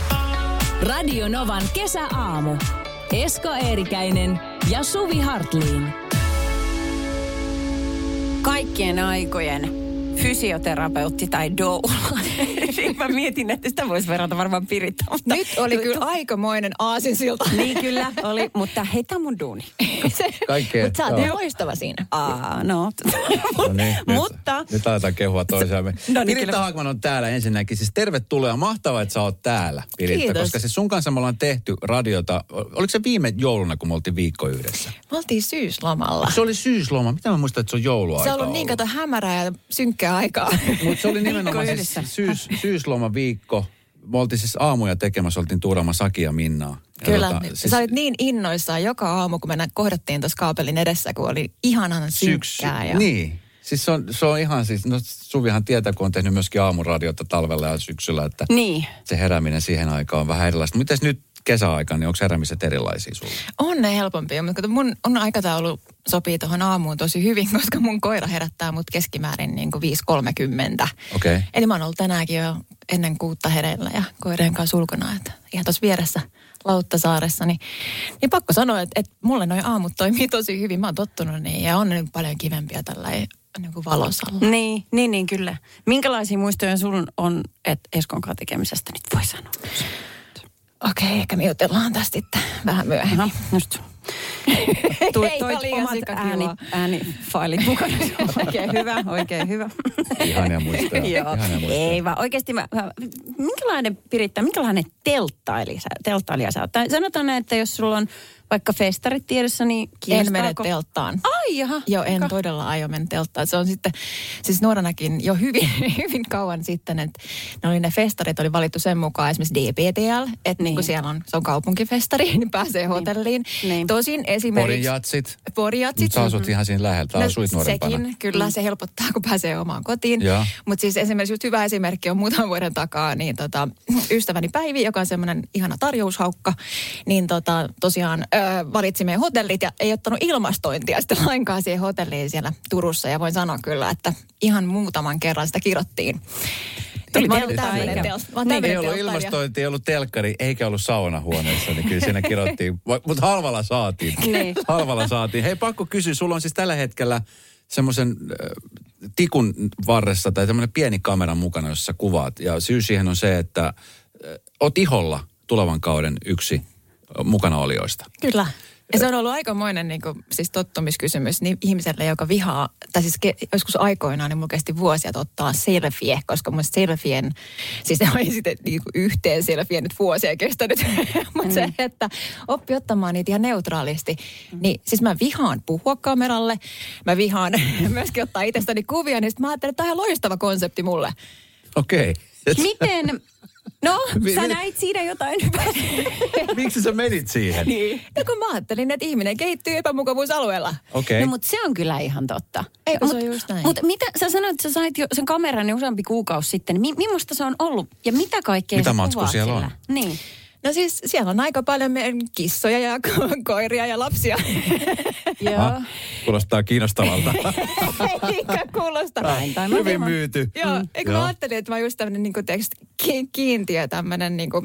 Radio Novan kesäaamu. Esko Eerikäinen ja Suvi Hartliin. Kaikkien aikojen fysioterapeutti tai doula. Mä mietin, että sitä voisi verrata varmaan Piritta. Mutta Nyt oli kyllä aikamoinen aasinsilta. Niin kyllä oli, mutta hei, tää mun duuni. Kaikkea. Mutta sä oot joo. ihan loistava siinä. Aa, no. No niin, nyt, Mutta... Nyt aletaan kehua toisiamme. No niin, Piritta kyllä. Haagman on täällä ensinnäkin. Siis tervetuloa. Mahtavaa, että sä oot täällä, Piritta. Kiitos. Koska siis sun kanssa me ollaan tehty radiota. Oliko se viime jouluna, kun me oltiin viikko yhdessä? Me oltiin syyslomalla. Se oli syysloma. Mitä mä muistan, että se on jouluaika Se on ollut niin kato hämärää ja synkkää aikaa. Mutta se oli nimenomaan siis yhdessä. syys, syyslomaviikko. Me oltiin siis aamuja tekemässä, oltiin tuuraamassa Saki ja Minnaa. Ja Kyllä. tota, Siis... Sä olit niin innoissaan joka aamu, kun me kohdattiin tuossa kaapelin edessä, kun oli ihanan synkkää. Ja... Niin. Siis se on, se on ihan siis, no Suvihan tietää, kun on tehnyt myöskin aamuradiota talvella ja syksyllä, että Niin. se herääminen siihen aikaan on vähän erilaista. Mites nyt kesäaikaan, niin onko heräämiset erilaisia sulle? On ne helpompia, mutta kato, mun on aikataulu sopii tuohon aamuun tosi hyvin, koska mun koira herättää mut keskimäärin niin kuin viisi kolmekymmentä. Okei. Okay. Eli mä oon ollut tänäänkin jo ennen kuutta hereillä ja koirien kanssa ulkona, että ihan tuossa vieressä Lauttasaaressa, niin, niin pakko sanoa, että, että mulle noi aamut toimii tosi hyvin. Mä oon tottunut niin ja on niin paljon kivempiä tällä niin kuin valosalla. Niin, niin, niin, kyllä. Minkälaisia muistoja sun on, että Eskon kanssa tekemisestä nyt voi sanoa? Okei, ehkä me jutellaan tästä sitten vähän myöhemmin. No, just. Tuit, Ei, toit liian omat sikakivaa. ääni, äänifailit mukana. Oikein hyvä, oikein hyvä. Ihania muistoja. Joo, Ihania muistoja. ei vaan oikeasti mä, mä, minkälainen Piritta, minkälainen telttailija, telttailija sä oot? Tai sanotaan näin, että jos sulla on vaikka festarit tiedossa, niin En mene kiinnostaako? telttaan. Ai jaha. Joo, en Ka- todella aio mennä telttaan. Se on sitten, siis nuorenakin jo hyvin, hyvin kauan sitten, että ne oli ne festarit, oli valittu sen mukaan esimerkiksi D P T L, että niin. kun siellä on, se on kaupunkifestari, niin pääsee hotelliin. Niin. Tosin esimerkiksi... Porin jatsit. Porijatsit. Mutta sä asut ihan siinä lähellä, No, asuit nuorempana. sekin, kyllä, se helpottaa, kun pääsee omaan kotiin. Joo. Mutta siis esimerkiksi just hyvä esimerkki on muutaman vuoden takaa, niin tota, ystäväni Päivi, joka on semmoinen ihana tarjoushaukka, niin tota, tosiaan ö, valitsi meidän hotellit ja ei ottanut ilmastointia sitten lainkaan siihen hotelliin siellä Turussa. Ja voin sanoa kyllä, että ihan muutaman kerran sitä kirottiin. Tuli Mä oon teltta, tämmöinen eikä- teos. Mä oon Ei tämmöinen ollut telttailija. ilmastointi, ei ollut telkkari, eikä ollut saunahuoneessa, niin kyllä siinä kirjoittiin. Mutta halvalla saatiin. Niin. Halvalla saatiin. Hei, pakko kysyä, sulla on siis tällä hetkellä semmoisen äh, tikun varressa tai tämmöinen pieni kamera mukana, jossa kuvaat. Ja syy siihen on se, että äh, oot iholla tulevan kauden yksi äh, mukanaolijoista. Kyllä. Ja se on ollut aikamoinen niin kuin, siis tottumiskysymys niin ihmiselle, joka vihaa, tai siis ke, joskus aikoinaan, niin mulla kesti vuosia että ottaa selfie, koska mun selfien, siis ne on sitten niin kuin yhteen selfie nyt vuosia kestänyt, mutta mm. se, että oppi ottamaan niitä ihan neutraalisti, mm. niin siis mä vihaan puhua kameralle, mä vihaan myöskin ottaa itsestäni kuvia, niin sitten mä ajattelin, että tämä on ihan loistava konsepti mulle. Okei. Okay. Miten? No, Mi- sä mi- näit siinä jotain hyvää. Miksi sä menit siihen? Niin. No kun mä ajattelin, että ihminen kehittyy epämukavuusalueella. Okei. No, mutta se on kyllä ihan totta. Eikö se Mut- ole just näin? Mutta mitä, sä sanoit, että sä sait jo sen kameran niin useampi kuukausi sitten. Mi- millaista se on ollut? Ja mitä kaikkea Mitä sä matskua kuvaat siellä sillä? on? Niin. No siis siellä on aika paljon meidän kissoja ja ko- koiria ja lapsia. Joo. Ah, kuulostaa kiinnostavalta. Eikä kuulosta. Hyvin myyty. Joo, Mm. eikö Joo. mä ajattelin, että mä oon just tämmönen niinku tekst, ki- kiintiö tämmönen niinku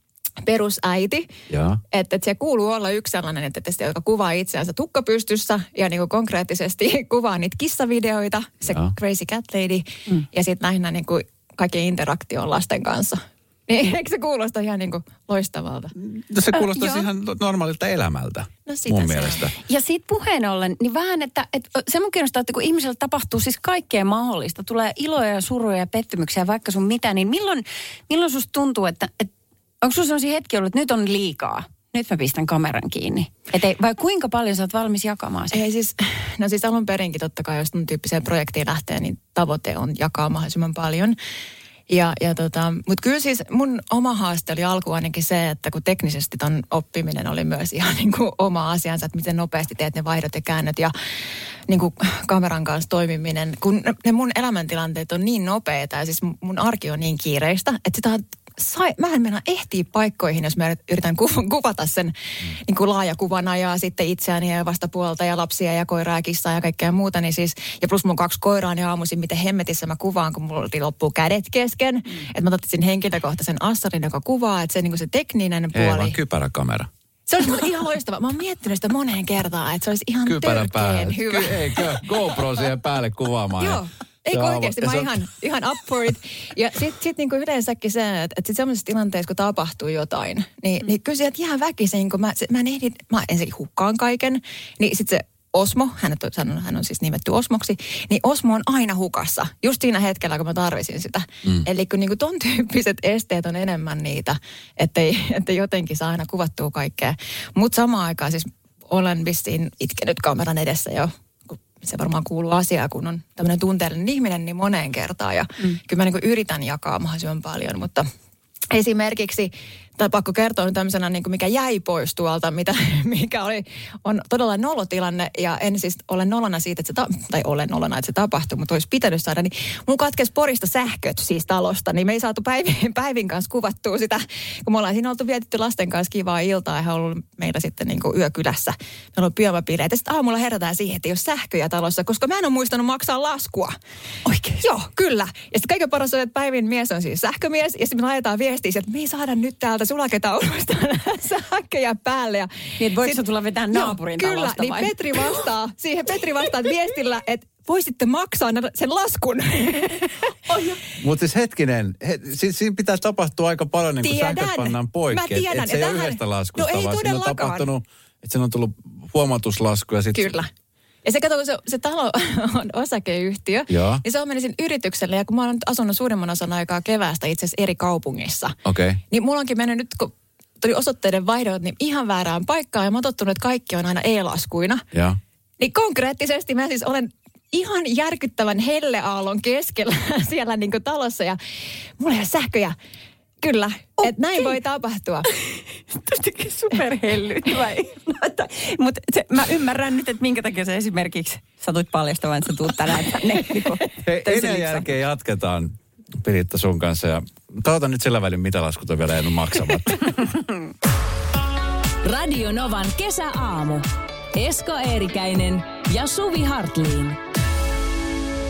perusäiti. Joo. Että et siellä kuuluu olla yksi sellainen, että, että joka kuvaa itseänsä tukka pystyssä ja niinku konkreettisesti kuvaa niitä kissavideoita, se Joo. Crazy Cat Lady, mm. ja sitten lähinnä niinku kaiken interaktion lasten kanssa. Niin eikö se kuulosta ihan niinku loistavalta? No se kuulostaa joo. ihan normaalilta elämältä, No sitä mun se mielestä. on. Ja siitä puheen ollen, niin vähän, että, että se mun kiinnostaa, että kun ihmisellä tapahtuu siis kaikkea mahdollista, tulee iloja ja suruja ja pettymyksiä, vaikka sun mitä, niin milloin, milloin susta tuntuu, että, että onko sulla sellaisia hetkiä ollut, että nyt on liikaa? Nyt mä pistän kameran kiinni. Et ei, vai kuinka paljon sä oot valmis jakamaan sen? Ei siis, no siis alun perinkin totta kai, jos tämän tyyppiseen projektiin lähtee, niin tavoite on jakaa mahdollisimman paljon. Ja, ja tota, mutta kyllä siis mun oma haaste oli alku ainakin se, että kun teknisesti ton oppiminen oli myös ihan niin kuin oma asiansa, että miten nopeasti teet ne vaihdot ja käännöt ja niin kuin kameran kanssa toimiminen. Kun ne mun elämäntilanteet on niin nopeita ja siis mun arki on niin kiireistä, että sitä sai, mä en mennä ehtiä paikkoihin, jos mä yritän ku, kuvata sen mm. niin kuin laajakuvana ja sitten itseäni ja vastapuolta ja lapsia ja koiraa ja kissaa ja kaikkea muuta. Niin siis, ja plus mun kaksi koiraa, niin aamuisin miten hemmetissä mä kuvaan, kun mulla loppuu kädet kesken. Mm. Että mä otin henkilökohtaisen assarin, joka kuvaa, että se, niin kuin se tekninen puoli. Ei vaan kypäräkamera. Se olisi muuten ihan loistava. Mä oon miettinyt sitä moneen kertaan, että se olisi ihan Kypärä päälle. törkeen hyvä. Ky- Eikö? GoPro siihen päälle kuvaamaan. Joo. Ei Se on oikeasti, aivan- mä ja oon se on- ihan, ihan up for it. Ja sitten sit niinku yleensäkin se, että, että sit semmoisessa tilanteessa, kun tapahtuu jotain, niin, mm. niin kyllä sieltä jää väkisin, kun mä, se, mä en ehdi, mä ensinnäkin hukkaan kaiken, niin sitten se Osmo, hän on, sanonut, hän on siis nimetty Osmoksi, niin Osmo on aina hukassa, just siinä hetkellä, kun mä tarvisin sitä. Mm. Eli kun niinku ton tyyppiset esteet on enemmän niitä, ettei, ettei jotenkin saa aina kuvattua kaikkea. Mutta samaan aikaan siis olen vissiin itkenyt kameran edessä jo, kun se varmaan kuuluu asiaan, kun on tämmöinen tunteellinen ihminen niin moneen kertaan. Ja mm. kyllä mä niinku yritän jakaa mahdollisimman paljon, mutta esimerkiksi, tai pakko kertoa nyt tämmöisenä, niin kuin mikä jäi pois tuolta, mitä, mikä oli, on todella nolotilanne, ja en siis ole nolona siitä, että se, ta- tai olen nolona, että se tapahtui, mutta olisi pitänyt saada, niin mulla katkesi Porista sähköt siis talosta, niin me ei saatu Päivin, Päivin kanssa kuvattua sitä, kun me ollaan siinä oltu vietetty lasten kanssa kivaa iltaa, ja he on ollut meillä sitten niin kuin yökylässä, meillä on ollut pyömäpileet, ja sitten aamulla herätään siihen, että ei ole sähköjä talossa, koska mä en ole muistanut maksaa laskua. Oikein? Joo, kyllä. Ja sitten kaiken paras on, että Päivin mies on siis sähkömies, ja sitten me laitetaan viestiä, että me ei saada nyt täältä sulaketaulusta sähköjä päälle. Ja Niin, että voiko tulla vetää naapurin joo, talosta kyllä, vai? niin Petri vastaa, siihen Petri vastaa viestillä, että voisitte maksaa sen laskun. Mutta siis hetkinen, he, siis siinä pitää tapahtua aika paljon, niin kun Tiedän. sähköt pannaan poikki. Mä tiedän, Et, et se ei ja ole tähän- yhdestä laskusta, No ei vaan siinä on todellakaan. tapahtunut, että siinä on tullut huomautuslasku ja sitten... Kyllä. Ja se, kato, kun se, se talo on osakeyhtiö, Joo. niin se on mennyt sinne yritykselle. Ja kun mä oon nyt asunut suurimman osan aikaa keväästä itse asiassa eri kaupungissa, Okei. Okay. niin mulla onkin mennyt nyt, kun tuli osoitteiden vaihdot, niin ihan väärään paikkaan. Ja mä oon tottunut, että kaikki on aina e-laskuina. Joo. Niin konkreettisesti mä siis olen ihan järkyttävän helleaallon keskellä siellä niin kuin talossa. Ja mulla ei ole sähköjä. Kyllä, okay. Että näin voi tapahtua. Tästäkin superhellyttävä. Mutta mä ymmärrän nyt, että minkä takia sä esimerkiksi satuit paljastamaan, että sä tuut tänään tänne. Niin Hei, ennen jälkeen jatketaan, Piritta, sun kanssa. Ja toivotan nyt sillä välin, mitä laskut on vielä jäänyt maksamatta. Radio Novan kesäaamu. Esko Eerikäinen ja Suvi Hartliin.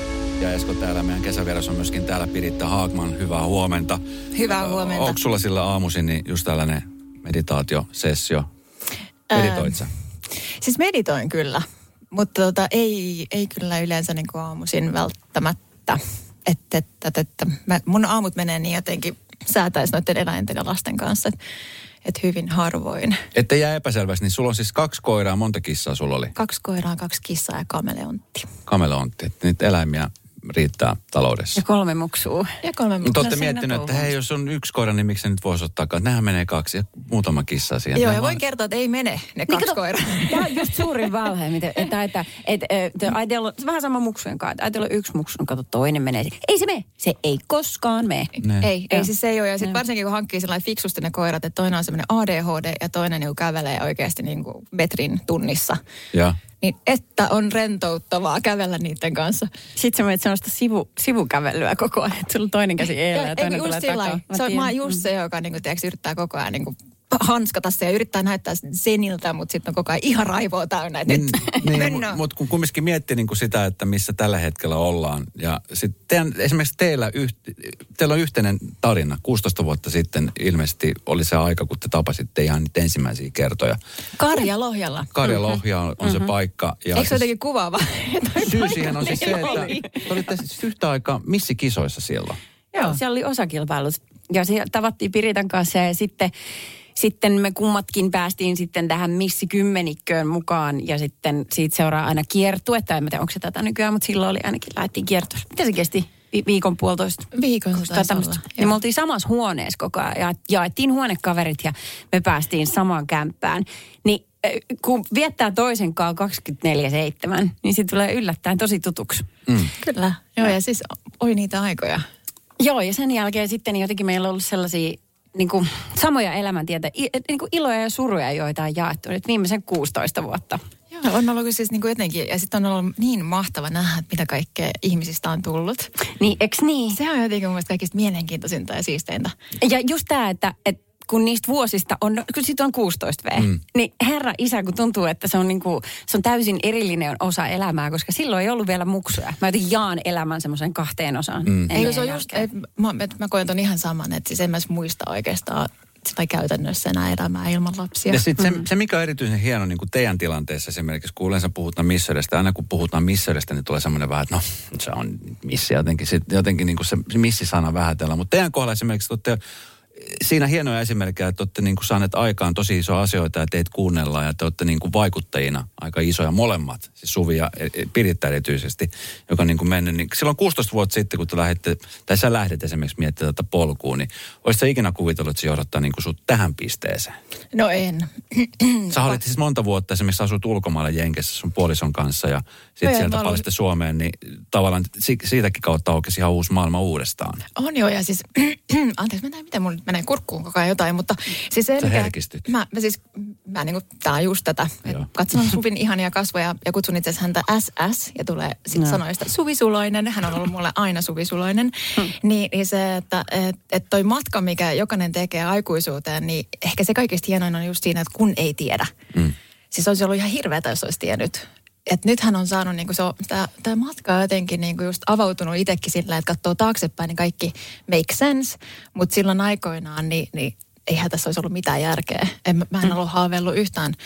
ja Esko täällä. Meidän kesävieras on myöskin täällä Piritta Haagman. Hyvää huomenta. Hyvää huomenta. Onko sulla sillä aamuisin niin just tällainen meditaatiosessio? Meditoit sä? Siis meditoin kyllä, mutta tota, ei, ei kyllä yleensä niin kuin aamuisin välttämättä. Että, että, että, että mä, mun aamut menee niin jotenkin säätäisi noiden eläinten ja lasten kanssa, että et hyvin harvoin. Että jää epäselvästi, niin sulla on siis kaksi koiraa, monta kissaa sulla oli? Kaksi koiraa, kaksi kissaa ja kameleontti. Kameleontti, että niitä eläimiä riittää taloudessa. Ja kolme muksua. Ja kolme muksua. Mutta olette miettinyt, että hei, jos on yksi koira, niin miksi se nyt voisi ottaa? Nehän menee kaksi ja muutama kissa siihen. Joo, Nehän ja voin vaan... kertoa, että ei mene ne kaksi kato, koiraa. Tämä on just suurin valhe, että, että, että, että, että ajatella, vähän sama muksujen kanssa, että ajatella yksi muksu, no kato toinen menee. Ei se mene, se ei koskaan mene. Ne. Ei, ei siis se ei ole. Ja sitten varsinkin kun hankkii sellainen fiksusti ne koirat, että toinen on semmoinen A D H D ja toinen niin kävelee oikeasti niin kuin metrin tunnissa. Ja. Niin että on rentouttavaa kävellä niiden kanssa. Sitten sä menet sellaista sivu, sivukävelyä koko ajan, että sulla on toinen käsi eellä ja toinen tulee takaa. Mä, mä oon just se, joka niin kuin, tiiäks, yrittää koko ajan niin kuin, hanskata se ja yrittää näyttää seniltä, mutta sitten on koko ajan ihan raivoa täynnä. Niin, niin, mutta mut kun kumminkin miettii niin kuin sitä, että missä tällä hetkellä ollaan. Ja sitten esimerkiksi teillä, yht, teillä on yhteinen tarina. kuusitoista vuotta sitten ilmeisesti oli se aika, kun te tapasitte ihan niitä ensimmäisiä kertoja. Karjalohjalla. Karjalohja on, on mm-hmm. se paikka. Ja eikö se jotenkin kuvaava? Syy siihen on siis se, että te olitte siis yhtä aikaa missikisoissa silloin. Joo, siellä oli osakilpailut. Ja siellä tavattiin Piritan kanssa ja sitten... Sitten me kummatkin päästiin sitten tähän Missi Kymmenikköön mukaan ja sitten siitä seuraa aina kiertue. Tai en tiedä, onko se tätä nykyään, mutta silloin oli ainakin, lähdettiin kiertue. Mitä se kesti? Vi- viikon puolitoista? Viikon se taisi olla. Ja me oltiin samassa huoneessa koko ajan ja jaettiin huonekaverit ja me päästiin samaan kämppään. Niin kun viettää toisen kanssa kaksikymmentäneljä seitsemän, niin sitten tulee yllättäen tosi tutuksi. Mm. Kyllä. Joo, ja siis oli niitä aikoja. Joo, ja sen jälkeen sitten jotenkin meillä on ollut sellaisia... Niin kuin samoja elämäntietä, niin kuin iloja ja suruja, joita on jaettu nyt viimeisen kuusitoista vuotta. Joo, on ollut siis niin kuin jotenkin, ja sitten on ollut niin mahtava nähdä, että mitä kaikkea ihmisistä on tullut. Niin, eks niin? Se on jotenkin mun mielestä kaikista mielenkiintoisinta ja siisteintä. Ja just tämä, että, että kun niistä vuosista on, kun siitä on kuusitoista vuotta, mm. niin herra isä, kun tuntuu, että se on, niin kuin, se on täysin erillinen osa elämää, koska silloin ei ollut vielä muksuja. Mä jotenkin jaan elämän semmoisen kahteen osaan. Mm. Eikö se on just, että mä, mä koen ton ihan saman, että siis en mä muista oikeastaan sitä käytännössä enää elämää ilman lapsia. Ja sitten se, se, mikä on erityisen hieno niin kuin teidän tilanteessa esimerkiksi, kun yleensä puhutaan misseydestä, aina kun puhutaan misseydestä, niin tulee semmoinen vähän, että no se on missi jotenkin, sit, jotenkin niin kuin se, se missisana vähätellä. Mutta teidän kohdalla esimerkiksi olette siinä hienoja esimerkkejä, että olette niin kuin saaneet aikaan tosi isoja asioita ja teitä kuunnellaan ja te olette niin kuin vaikuttajina aika isoja molemmat, siis Suvi ja Piritta erityisesti, joka on niin kuin mennyt. Niin silloin kuusitoista vuotta sitten, kun te lähdette, tai sä lähdet esimerkiksi miettimään tätä polkua, niin olisit sä ikinä kuvitellut, että se johdattaa niin kuin sut tähän pisteeseen? No en. Sä olit siis monta vuotta esimerkiksi asut ulkomailla Jenkessä sun puolison kanssa ja sitten sieltä ollut... palaisitte Suomeen, niin tavallaan siitäkin kautta aukesi ihan uusi maailma uudestaan. On joo, ja siis, anteeksi, mä näin, miten mun menee kurkkuun koko ajan jotain, mutta siis se... Sä herkistyt. Mä, mä siis, mä niinku, tää on just tätä, että katson Suvin ihania kasvoja ja kutsun itse asiassa häntä S S ja tulee sitten no. sanoista Suvi Suloinen, hän on ollut mulle aina Suvi Suloinen, hmm. niin, niin se, että et, et toi matka, mikä jokainen tekee aikuisuuteen, niin ehkä se kaikista hienoin on just siinä, että kun ei tiedä. Hmm. Siis olisi ollut ihan hirveätä, jos olisi tiennyt. Että nythän on saanut, niin kuin se on, tämä matka on jotenkin niin kuin just avautunut itsekin sillä, että katsoo taaksepäin, niin kaikki make sense. Mutta silloin aikoinaan, niin, niin eihän tässä olisi ollut mitään järkeä. En, mä en ollut haaveillut yhtään.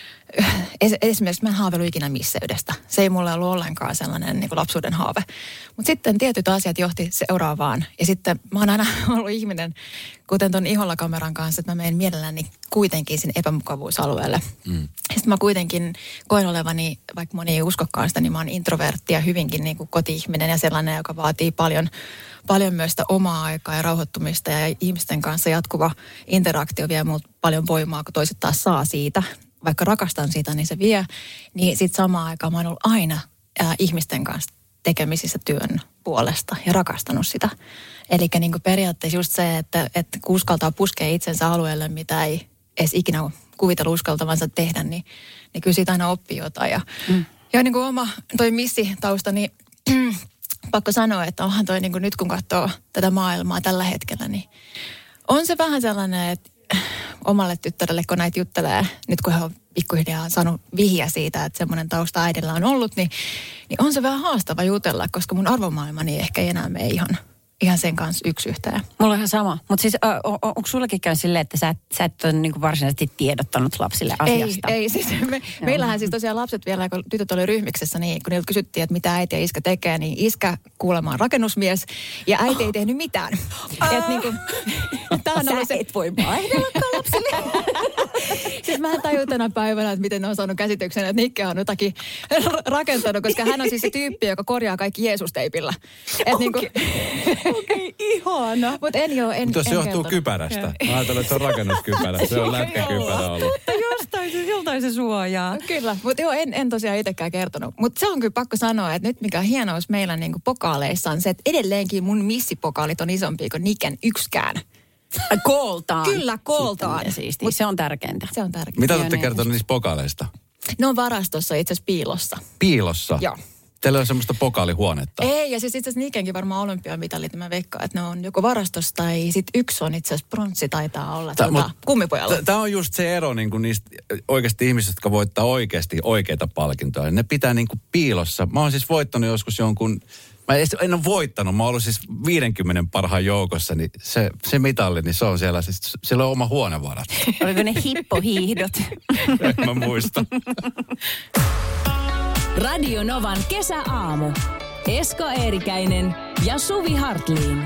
Es, esimerkiksi mä en haaveillut ikinä misseydestä. Se ei mulle ollut ollenkaan sellainen niin kuin lapsuuden haave. Mutta sitten tietyt asiat johti seuraavaan. Ja sitten mä oon aina ollut ihminen, kuten ton iholla-kameran kanssa, että mä menen mielelläni kuitenkin sinne epämukavuusalueelle. Mm. Sitten mä kuitenkin koen olevani, vaikka moni ei uskokaan sitä, niin mä oon introvertti ja hyvinkin niin kuin koti-ihminen ja sellainen, joka vaatii paljon, paljon myös sitä omaa aikaa ja rauhoittumista. Ja ihmisten kanssa jatkuva interaktio vie multa paljon voimaa, kun toiset taas saa siitä. Vaikka rakastan sitä, niin se vie. Niin sitten samaan aikaan mä oon ollut aina ää, ihmisten kanssa tekemisissä työn puolesta ja rakastanut sitä. Eli niin kuin periaatteessa just se, että, että kun uskaltaa puskea itsensä alueelle, mitä ei edes ikinä kuvitella uskaltavansa tehdä, niin, niin kyllä siitä aina oppii jotain. Ja, mm. ja niin kuin oma toi missitausta, niin pakko sanoa, että onhan toi niin kuin nyt kun katsoo tätä maailmaa tällä hetkellä, niin on se vähän sellainen, että omalle tyttärelle, kun näitä juttelee, nyt kun he on pikkuhiljaa saanut vihja siitä, että semmoinen tausta äidillä on ollut, niin, niin on se vähän haastava jutella, koska mun arvomaailmani ehkä ei enää mene ihan, ihan sen kanssa yksi yhteen. Mulla on ihan sama. Mutta siis on, on, onko sullakin käy silleen, että sä et, sä et ole niin kuin varsinaisesti tiedottanut lapsille asiasta? Ei, ei siis. Me, meillähän siis tosiaan lapset vielä, kun tytöt oli ryhmiksessä, niin kun niiltä kysyttiin, että mitä äiti ja iskä tekee, niin iskä kuulemaan rakennusmies ja äiti ei tehnyt mitään. Et niin kuin, sä se... et voi vaihdellakaan lapsille. Siis mä en tajua tänä päivänä, että miten ne on saanut käsityksen, että Nikke on jotakin rakentanut, koska hän on siis se tyyppi, joka korjaa kaikki Jeesus-teipillä. Okei, okay. Niin, okay, ihana. Mutta en joo, en Mutta jos se en johtuu kertonut. kypärästä. Mä ajattelen, että se on rakennuskypärä. Se on lätkäkypärä ollut. Mutta jostain se, joltain se suojaa. Kyllä, mutta joo, en, en tosiaan itsekään kertonut. Mutta se on kyllä pakko sanoa, että nyt mikä on hienous meillä niinku pokaaleissa on se, että edelleenkin mun missipokaalit on isompia kuin Niken yksikään. Kooltaan. Kyllä, kooltaan. Mut se on tärkeintä. Se on tärkeintä. Mitä olette kertonut niistä pokaaleista? Ne on varastossa itse asiassa piilossa. Piilossa? Joo. Teillä on semmoista pokaalihuonetta? Ei, ja siis itse asiassa Nikenkin varmaan olympiamitalit, niin mä veikkaan, että ne on joko varastossa tai sitten yksi on itse asiassa bronssi taitaa olla Tää, tuota, kummipojalla. Tämä on just se ero niin kuin niistä oikeasti ihmisistä, jotka voittaa oikeasti oikeita palkintoja. Ne pitää niin kuin piilossa. Mä oon siis voittanut joskus jonkun... Mä en ole voittanut, mä oon ollut siis viidenkymmenen parhaan joukossa, niin se, se mitalli, niin se on siellä, siis siellä on oma huonevarat. Oliko ne hippohiihdot? En mä muista. Radio Novan kesäaamu. Esko Eerikäinen ja Suvi Hartliin.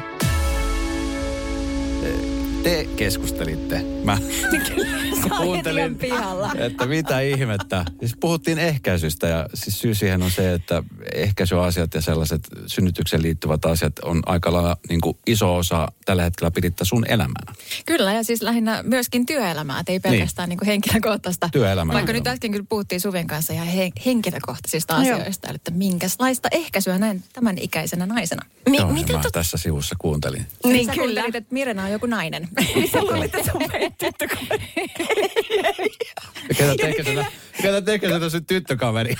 Te keskustelitte. Mä, mä kuuntelin, että mitä ihmettä. Siis puhuttiin ehkäisystä ja siis syy siihen on se, että ehkäisyasiat ja sellaiset synnytykseen liittyvät asiat on aika lailla niin kuin iso osa tällä hetkellä pirittää sun elämää. Kyllä, ja siis lähinnä myöskin työelämää, että ei pelkästään niin. Niin henkilökohtaista. Työelämää. Vaikka nyt äsken kyllä puhuttiin Suvin kanssa ihan he- henkilökohtaisista asioista, että minkälaista ehkäisyä näin tämän ikäisenä naisena. Mi- Joo, mitä mä tot... tässä sivussa kuuntelin. Niin, sä kyllä. Kuuntelit, että Mirena on joku nainen. Sä luulit, että se on meidän tyttökaveri. Ketä tekee sitä sun tyttökaveri?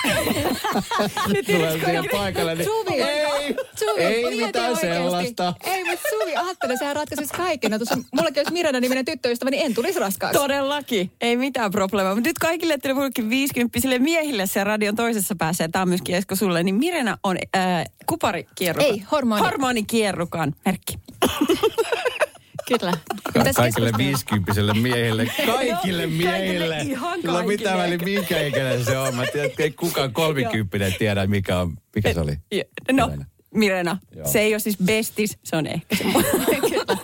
Tulee siihen paikalle, niin Suvi, ei, Suvi, ei mitään sellaista. Ei, mutta Suvi, ajattele, sehän ratkaisisi kaikki. No tuossa mullakin olisi Mirena-niminen tyttöystävä, niin en tulisi raskaaksi. Todellakin, ei mitään probleemaa. Mutta nyt kaikille teille viisikymppisille miehille siellä radion toisessa päässä, ja tämä on myöskin Esko sulle, niin Mirena on äh, kuparikierrukan. Ei, hormoni. Hormonikierrukan merkki. Kyllä. Ka- kaikille viisikymppisille miehille. Kaikille miehille. Kyllä mitä väli minkä ikäinen se on. Mä tiedän, että ei kukaan kolmikymppinen tiedä, mikä on. Mikä se oli? No, Mirena. Joo. Se ei ole siis bestis, se on ehkä semmoinen.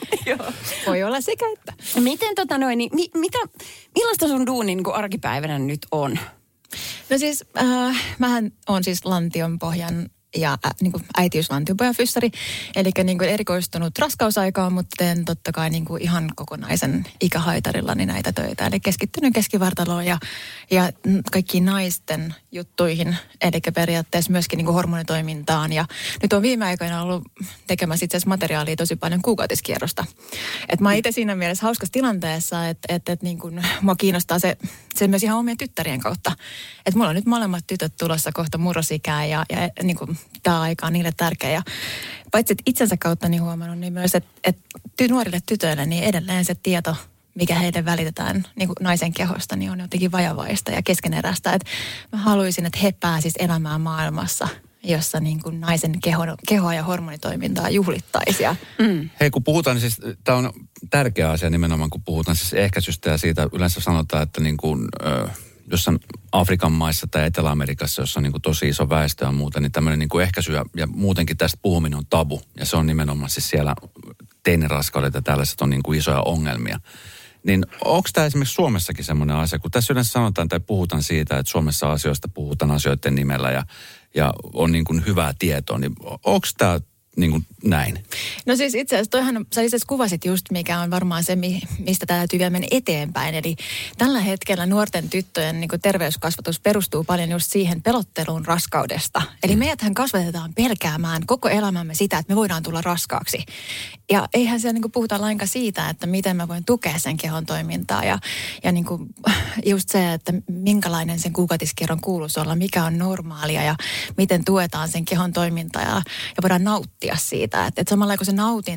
Voi olla sekä että. Miten tota noin, niin mi, mitä, millaista sun duuni niin kuin arkipäivänä nyt on? No siis, äh, mähän on siis Lantionpohjan ja ä, niin kuin äitiyslantionpohjan fyssari, eli niin kuin erikoistunut raskausaikaan, mutta teen totta kai niin kuin ihan kokonaisen ikähaitarillani näitä töitä. Eli keskittynyt keskivartaloon ja, ja kaikkiin naisten juttuihin, eli periaatteessa myöskin niin kuin hormonitoimintaan. Ja nyt on viime aikoina ollut tekemässä itse asiassa materiaalia tosi paljon kuukautiskierrosta. Et mä oon itse siinä mielessä hauskassa tilanteessa, että et, et niin kuin mua kiinnostaa se, se myös ihan omien tyttärien kautta. Että mulla on nyt molemmat tytöt tulossa kohta murrosikään ja, ja niin kuin tämä aika on niille tärkeä. Ja paitsi että itsensä kautta niin huomannut, niin myös, että, että nuorille tytöille niin edelleen se tieto, mikä heille välitetään niin kuin naisen kehosta, niin on jotenkin vajavaista ja keskeneräistä. Että mä haluaisin, että he pääsisivät elämään maailmassa, jossa niin kuin naisen keho, kehoa ja hormonitoimintaa juhlittaisiin. Mm. Hei, kun puhutaan, niin siis tämä on tärkeä asia nimenomaan, kun puhutaan siis ehkäisystä ja siitä yleensä sanotaan, että niin kuin, äh, jossain Afrikan maissa tai Etelä-Amerikassa, jossa on niin kuin tosi iso väestö ja muuta, niin tämmöinen niin kuin ehkäisy ja, ja muutenkin tästä puhuminen on tabu. Ja se on nimenomaan siis siellä teiniraskaudet ja tällaiset on niin kuin isoja ongelmia. Niin onko tämä esimerkiksi Suomessakin semmoinen asia, kun tässä yleensä sanotaan tai puhutaan siitä, että Suomessa asioista puhutaan asioiden nimellä ja, ja on niin kuin hyvää tietoa, niin onko tämä niin kuin näin? No siis itse asiassa toihan, sä itse asiassa kuvasit just, mikä on varmaan se, mistä tämä täytyy vielä mennä eteenpäin. Eli tällä hetkellä nuorten tyttöjen niin kuin terveyskasvatus perustuu paljon just siihen pelotteluun raskaudesta. Eli meidäthän kasvatetaan pelkäämään koko elämämme sitä, että me voidaan tulla raskaaksi. Ja eihän siellä niin kuin puhuta lainkaan siitä, että miten mä voin tukea sen kehon toimintaa. Ja, ja niin kuin just se, että minkälainen sen kuukautiskierron kuuluisi olla, mikä on normaalia ja miten tuetaan sen kehon toimintaa ja, ja voidaan nauttia siitä. Että et samalla kun se nautinto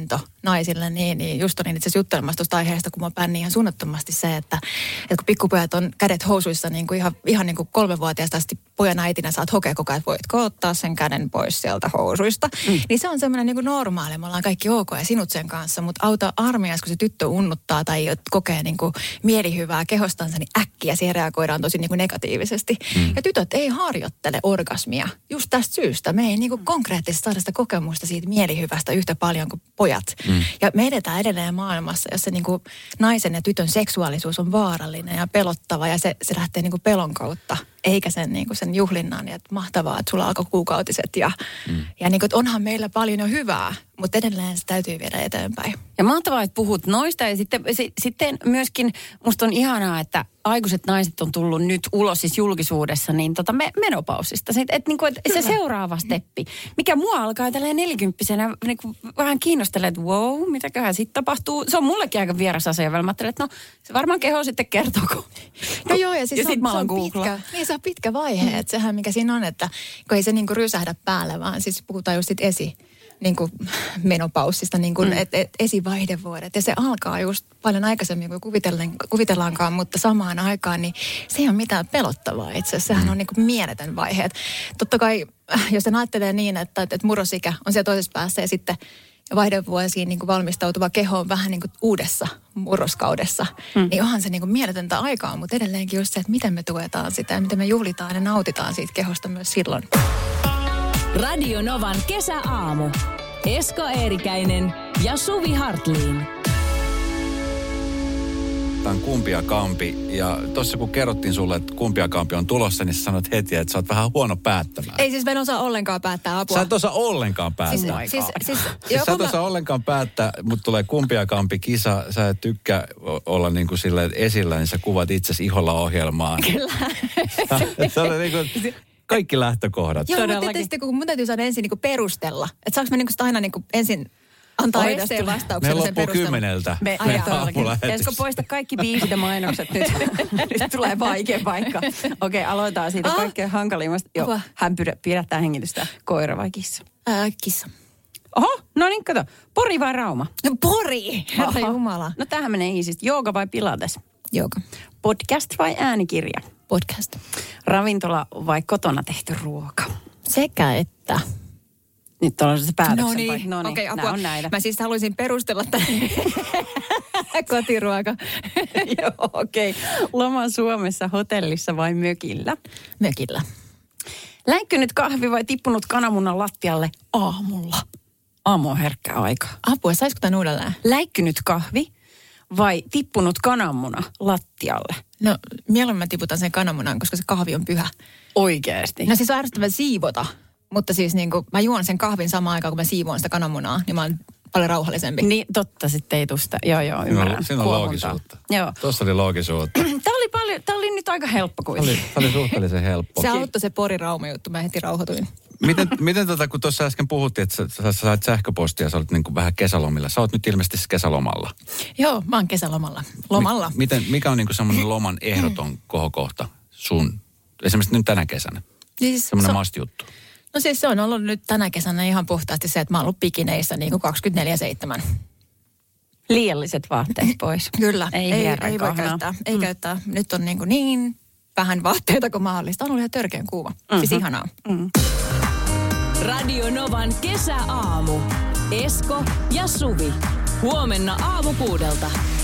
naisille, niin, niin just olin itse asiassa juttelemassa tuosta aiheesta, kun mä pännin ihan suunnattomasti se, että, että kun pikkupojat on kädet housuissa niin kuin ihan, ihan niin kuin kolmevuotiaasta asti pojan äitinä saat hokea koko ajan, että voitko ottaa sen käden pois sieltä housuista. Mm. Niin se on semmoinen niin kuin normaali, me ollaan kaikki ok ja sinut sen kanssa, mutta auta armias, kun se tyttö unnuttaa tai kokee niin kuin mielihyvää kehostansa, niin äkkiä siihen reagoidaan tosi niin kuin negatiivisesti. Mm. Ja tytöt ei harjoittele orgasmia just tästä syystä. Me ei niin kuin konkreettisesti saada sitä kokemusta siitä mielihyvästä yhtä paljon kuin pojat. Mm. Ja me edetään edelleen maailmassa, jossa niin kuin naisen ja tytön seksuaalisuus on vaarallinen ja pelottava ja se, se lähtee niin kuin pelon kautta, eikä sen, niin kuin sen juhlinnan. Ja mahtavaa, että sulla alkoi kuukautiset ja, mm. ja niin kuin, että onhan meillä paljon jo hyvää, mutta edelleen se täytyy viedä eteenpäin. Ja mahtavaa, että puhut noista ja sitten, se, sitten myöskin musta on ihanaa, että aikuiset naiset on tullut nyt ulos siis julkisuudessa niin tota me, menopausista. Että et, niinku, et se seuraava steppi, mikä mua alkaa tälleen nelikymppisenä niinku, vähän kiinnostelee, että wow, mitäköhän sitten tapahtuu. Se on mullekin aika vieras asia. Mä ajattelen, että no se varmaan keho sitten kertoo. Kun, no joo, ja siis ja se, on, se, on pitkä, niin se on pitkä vaihe, mm. että sehän mikä siinä on, että kun ei se niinku rysähdä päälle, vaan siis puhutaan just sit esi. Niin kuin menopaussista, niin kuin mm. et, et, esivaihdevuodet. Ja se alkaa just paljon aikaisemmin kuin kuvitellaankaan, mutta samaan aikaan niin se ei ole mitään pelottavaa itse asiassa. Sehän on niin kuin mieletön vaihe. Totta kai, jos sen ajattelee niin, että, että murrosikä on siellä toisessa päässä ja sitten vaihdevuosiin niin kuin valmistautuva keho on vähän niin kuin uudessa murroskaudessa, mm. niin onhan se niin kuin mieletöntä aikaa, mutta edelleenkin just se, että miten me tuetaan sitä ja miten me juhlitaan ja nautitaan siitä kehosta myös silloin. Radio Novan kesäaamu. Esko Eerikäinen ja Suvi Hartliin. Tämä on Kumpiakampi. Ja tuossa kun kerrottiin sulle, että Kumpiakampi on tulossa, niin sä sanot heti, että sä oot vähän huono päättämään. Ei siis, mä en osaa ollenkaan päättää apua. Sä et osaa ollenkaan päättää. Siis, siis, siis, siis sä et osaa mä... ollenkaan päättää, mutta tulee Kumpiakampi kisa. Sä et tykkää olla niin kuin silleen esillä, niin sä kuvat itsesi iholla ohjelmaan. Kyllä. Se on niin kuin... Kaikki lähtökohdat. Joo, mutta tietysti kun mun täytyy saada ensin niinku perustella. Että saanko me niinku aina niinku ensin antaa esteen vastauksena sen perustelun? Me loppuu kymmeneltä. Me, me Esko, poista kaikki biisit ja mainokset nyt. Nyt tulee vaikea paikka. Okei, okay, aloitetaan siitä ah. kaikkein hankalimmasta. Joo, hän pidättää hengitystä. Koira vai kissa? Ää, kissa. Oho, no niin, kato. Pori vai Rauma? No Pori! Herra Jumala. No tämähän menee iisisti. Jooga vai pilates? Jooga. Podcast vai äänikirja? Podcast. Ravintola vai kotona tehty ruoka? Sekä että. Nyt on se päätöksen no niin, paikka. No niin, okei, okay, on näitä. Mä siis haluaisin perustella tämän kotiruoka. Joo, okei. Okay. Loma Suomessa, hotellissa vai mökillä? Mökillä. Läikkynyt kahvi vai tippunut kananmunan lattialle aamulla? Aamu on herkkä aika. Apua, saisiko tämän uudelleen? Läikkynyt kahvi vai tippunut kananmuna lattialle? No, mieluummin mä tiputan sen kananmunan, koska se kahvi on pyhä. Oikeesti? No siis on ärsyttävää siivota, mutta siis niin kuin mä juon sen kahvin samaan aikaan, kun mä siivoan sitä kananmunaa, niin mä oon paljon rauhallisempi. Niin, totta, sitten ei tusta. Joo, joo, ymmärrän. Siinä on loogisuutta. Joo. Tuossa oli loogisuutta. Tämä oli paljon, tämä oli nyt aika helppo kuitenkin. Tämä oli suhteellisen helppo. Se auttoi se Pori-Rauma juttu, mä heti rauhoituin. Miten, miten tota, kun tuossa äsken puhuttiin, että sä, sä sait sähköpostia ja sä olit niin kuin vähän kesälomilla. Sä oot nyt ilmeisesti kesälomalla. Joo, mä oon kesälomalla. Lomalla. Mi, miten, mikä on niin kuin semmoinen loman ehdoton kohokohta sun, esimerkiksi nyt tänä kesänä? Siis, semmoinen so, must-juttu. No siis se on ollut nyt tänä kesänä ihan puhtaasti se, että mä oon ollut pikineissä niin kuin kaksikymmentäneljä seitsemän. Liialliset vaatteet pois. Kyllä, ei, ei, ei voi käyttää. Ei mm. käyttää. Nyt on niin, kuin niin vähän vaatteita kuin mahdollista. On ollut ihan törkeän kuuma. Mm-hmm. Siis ihanaa. Mm. Radio Novan kesäaamu. Esko ja Suvi. Huomenna aamu kuudelta.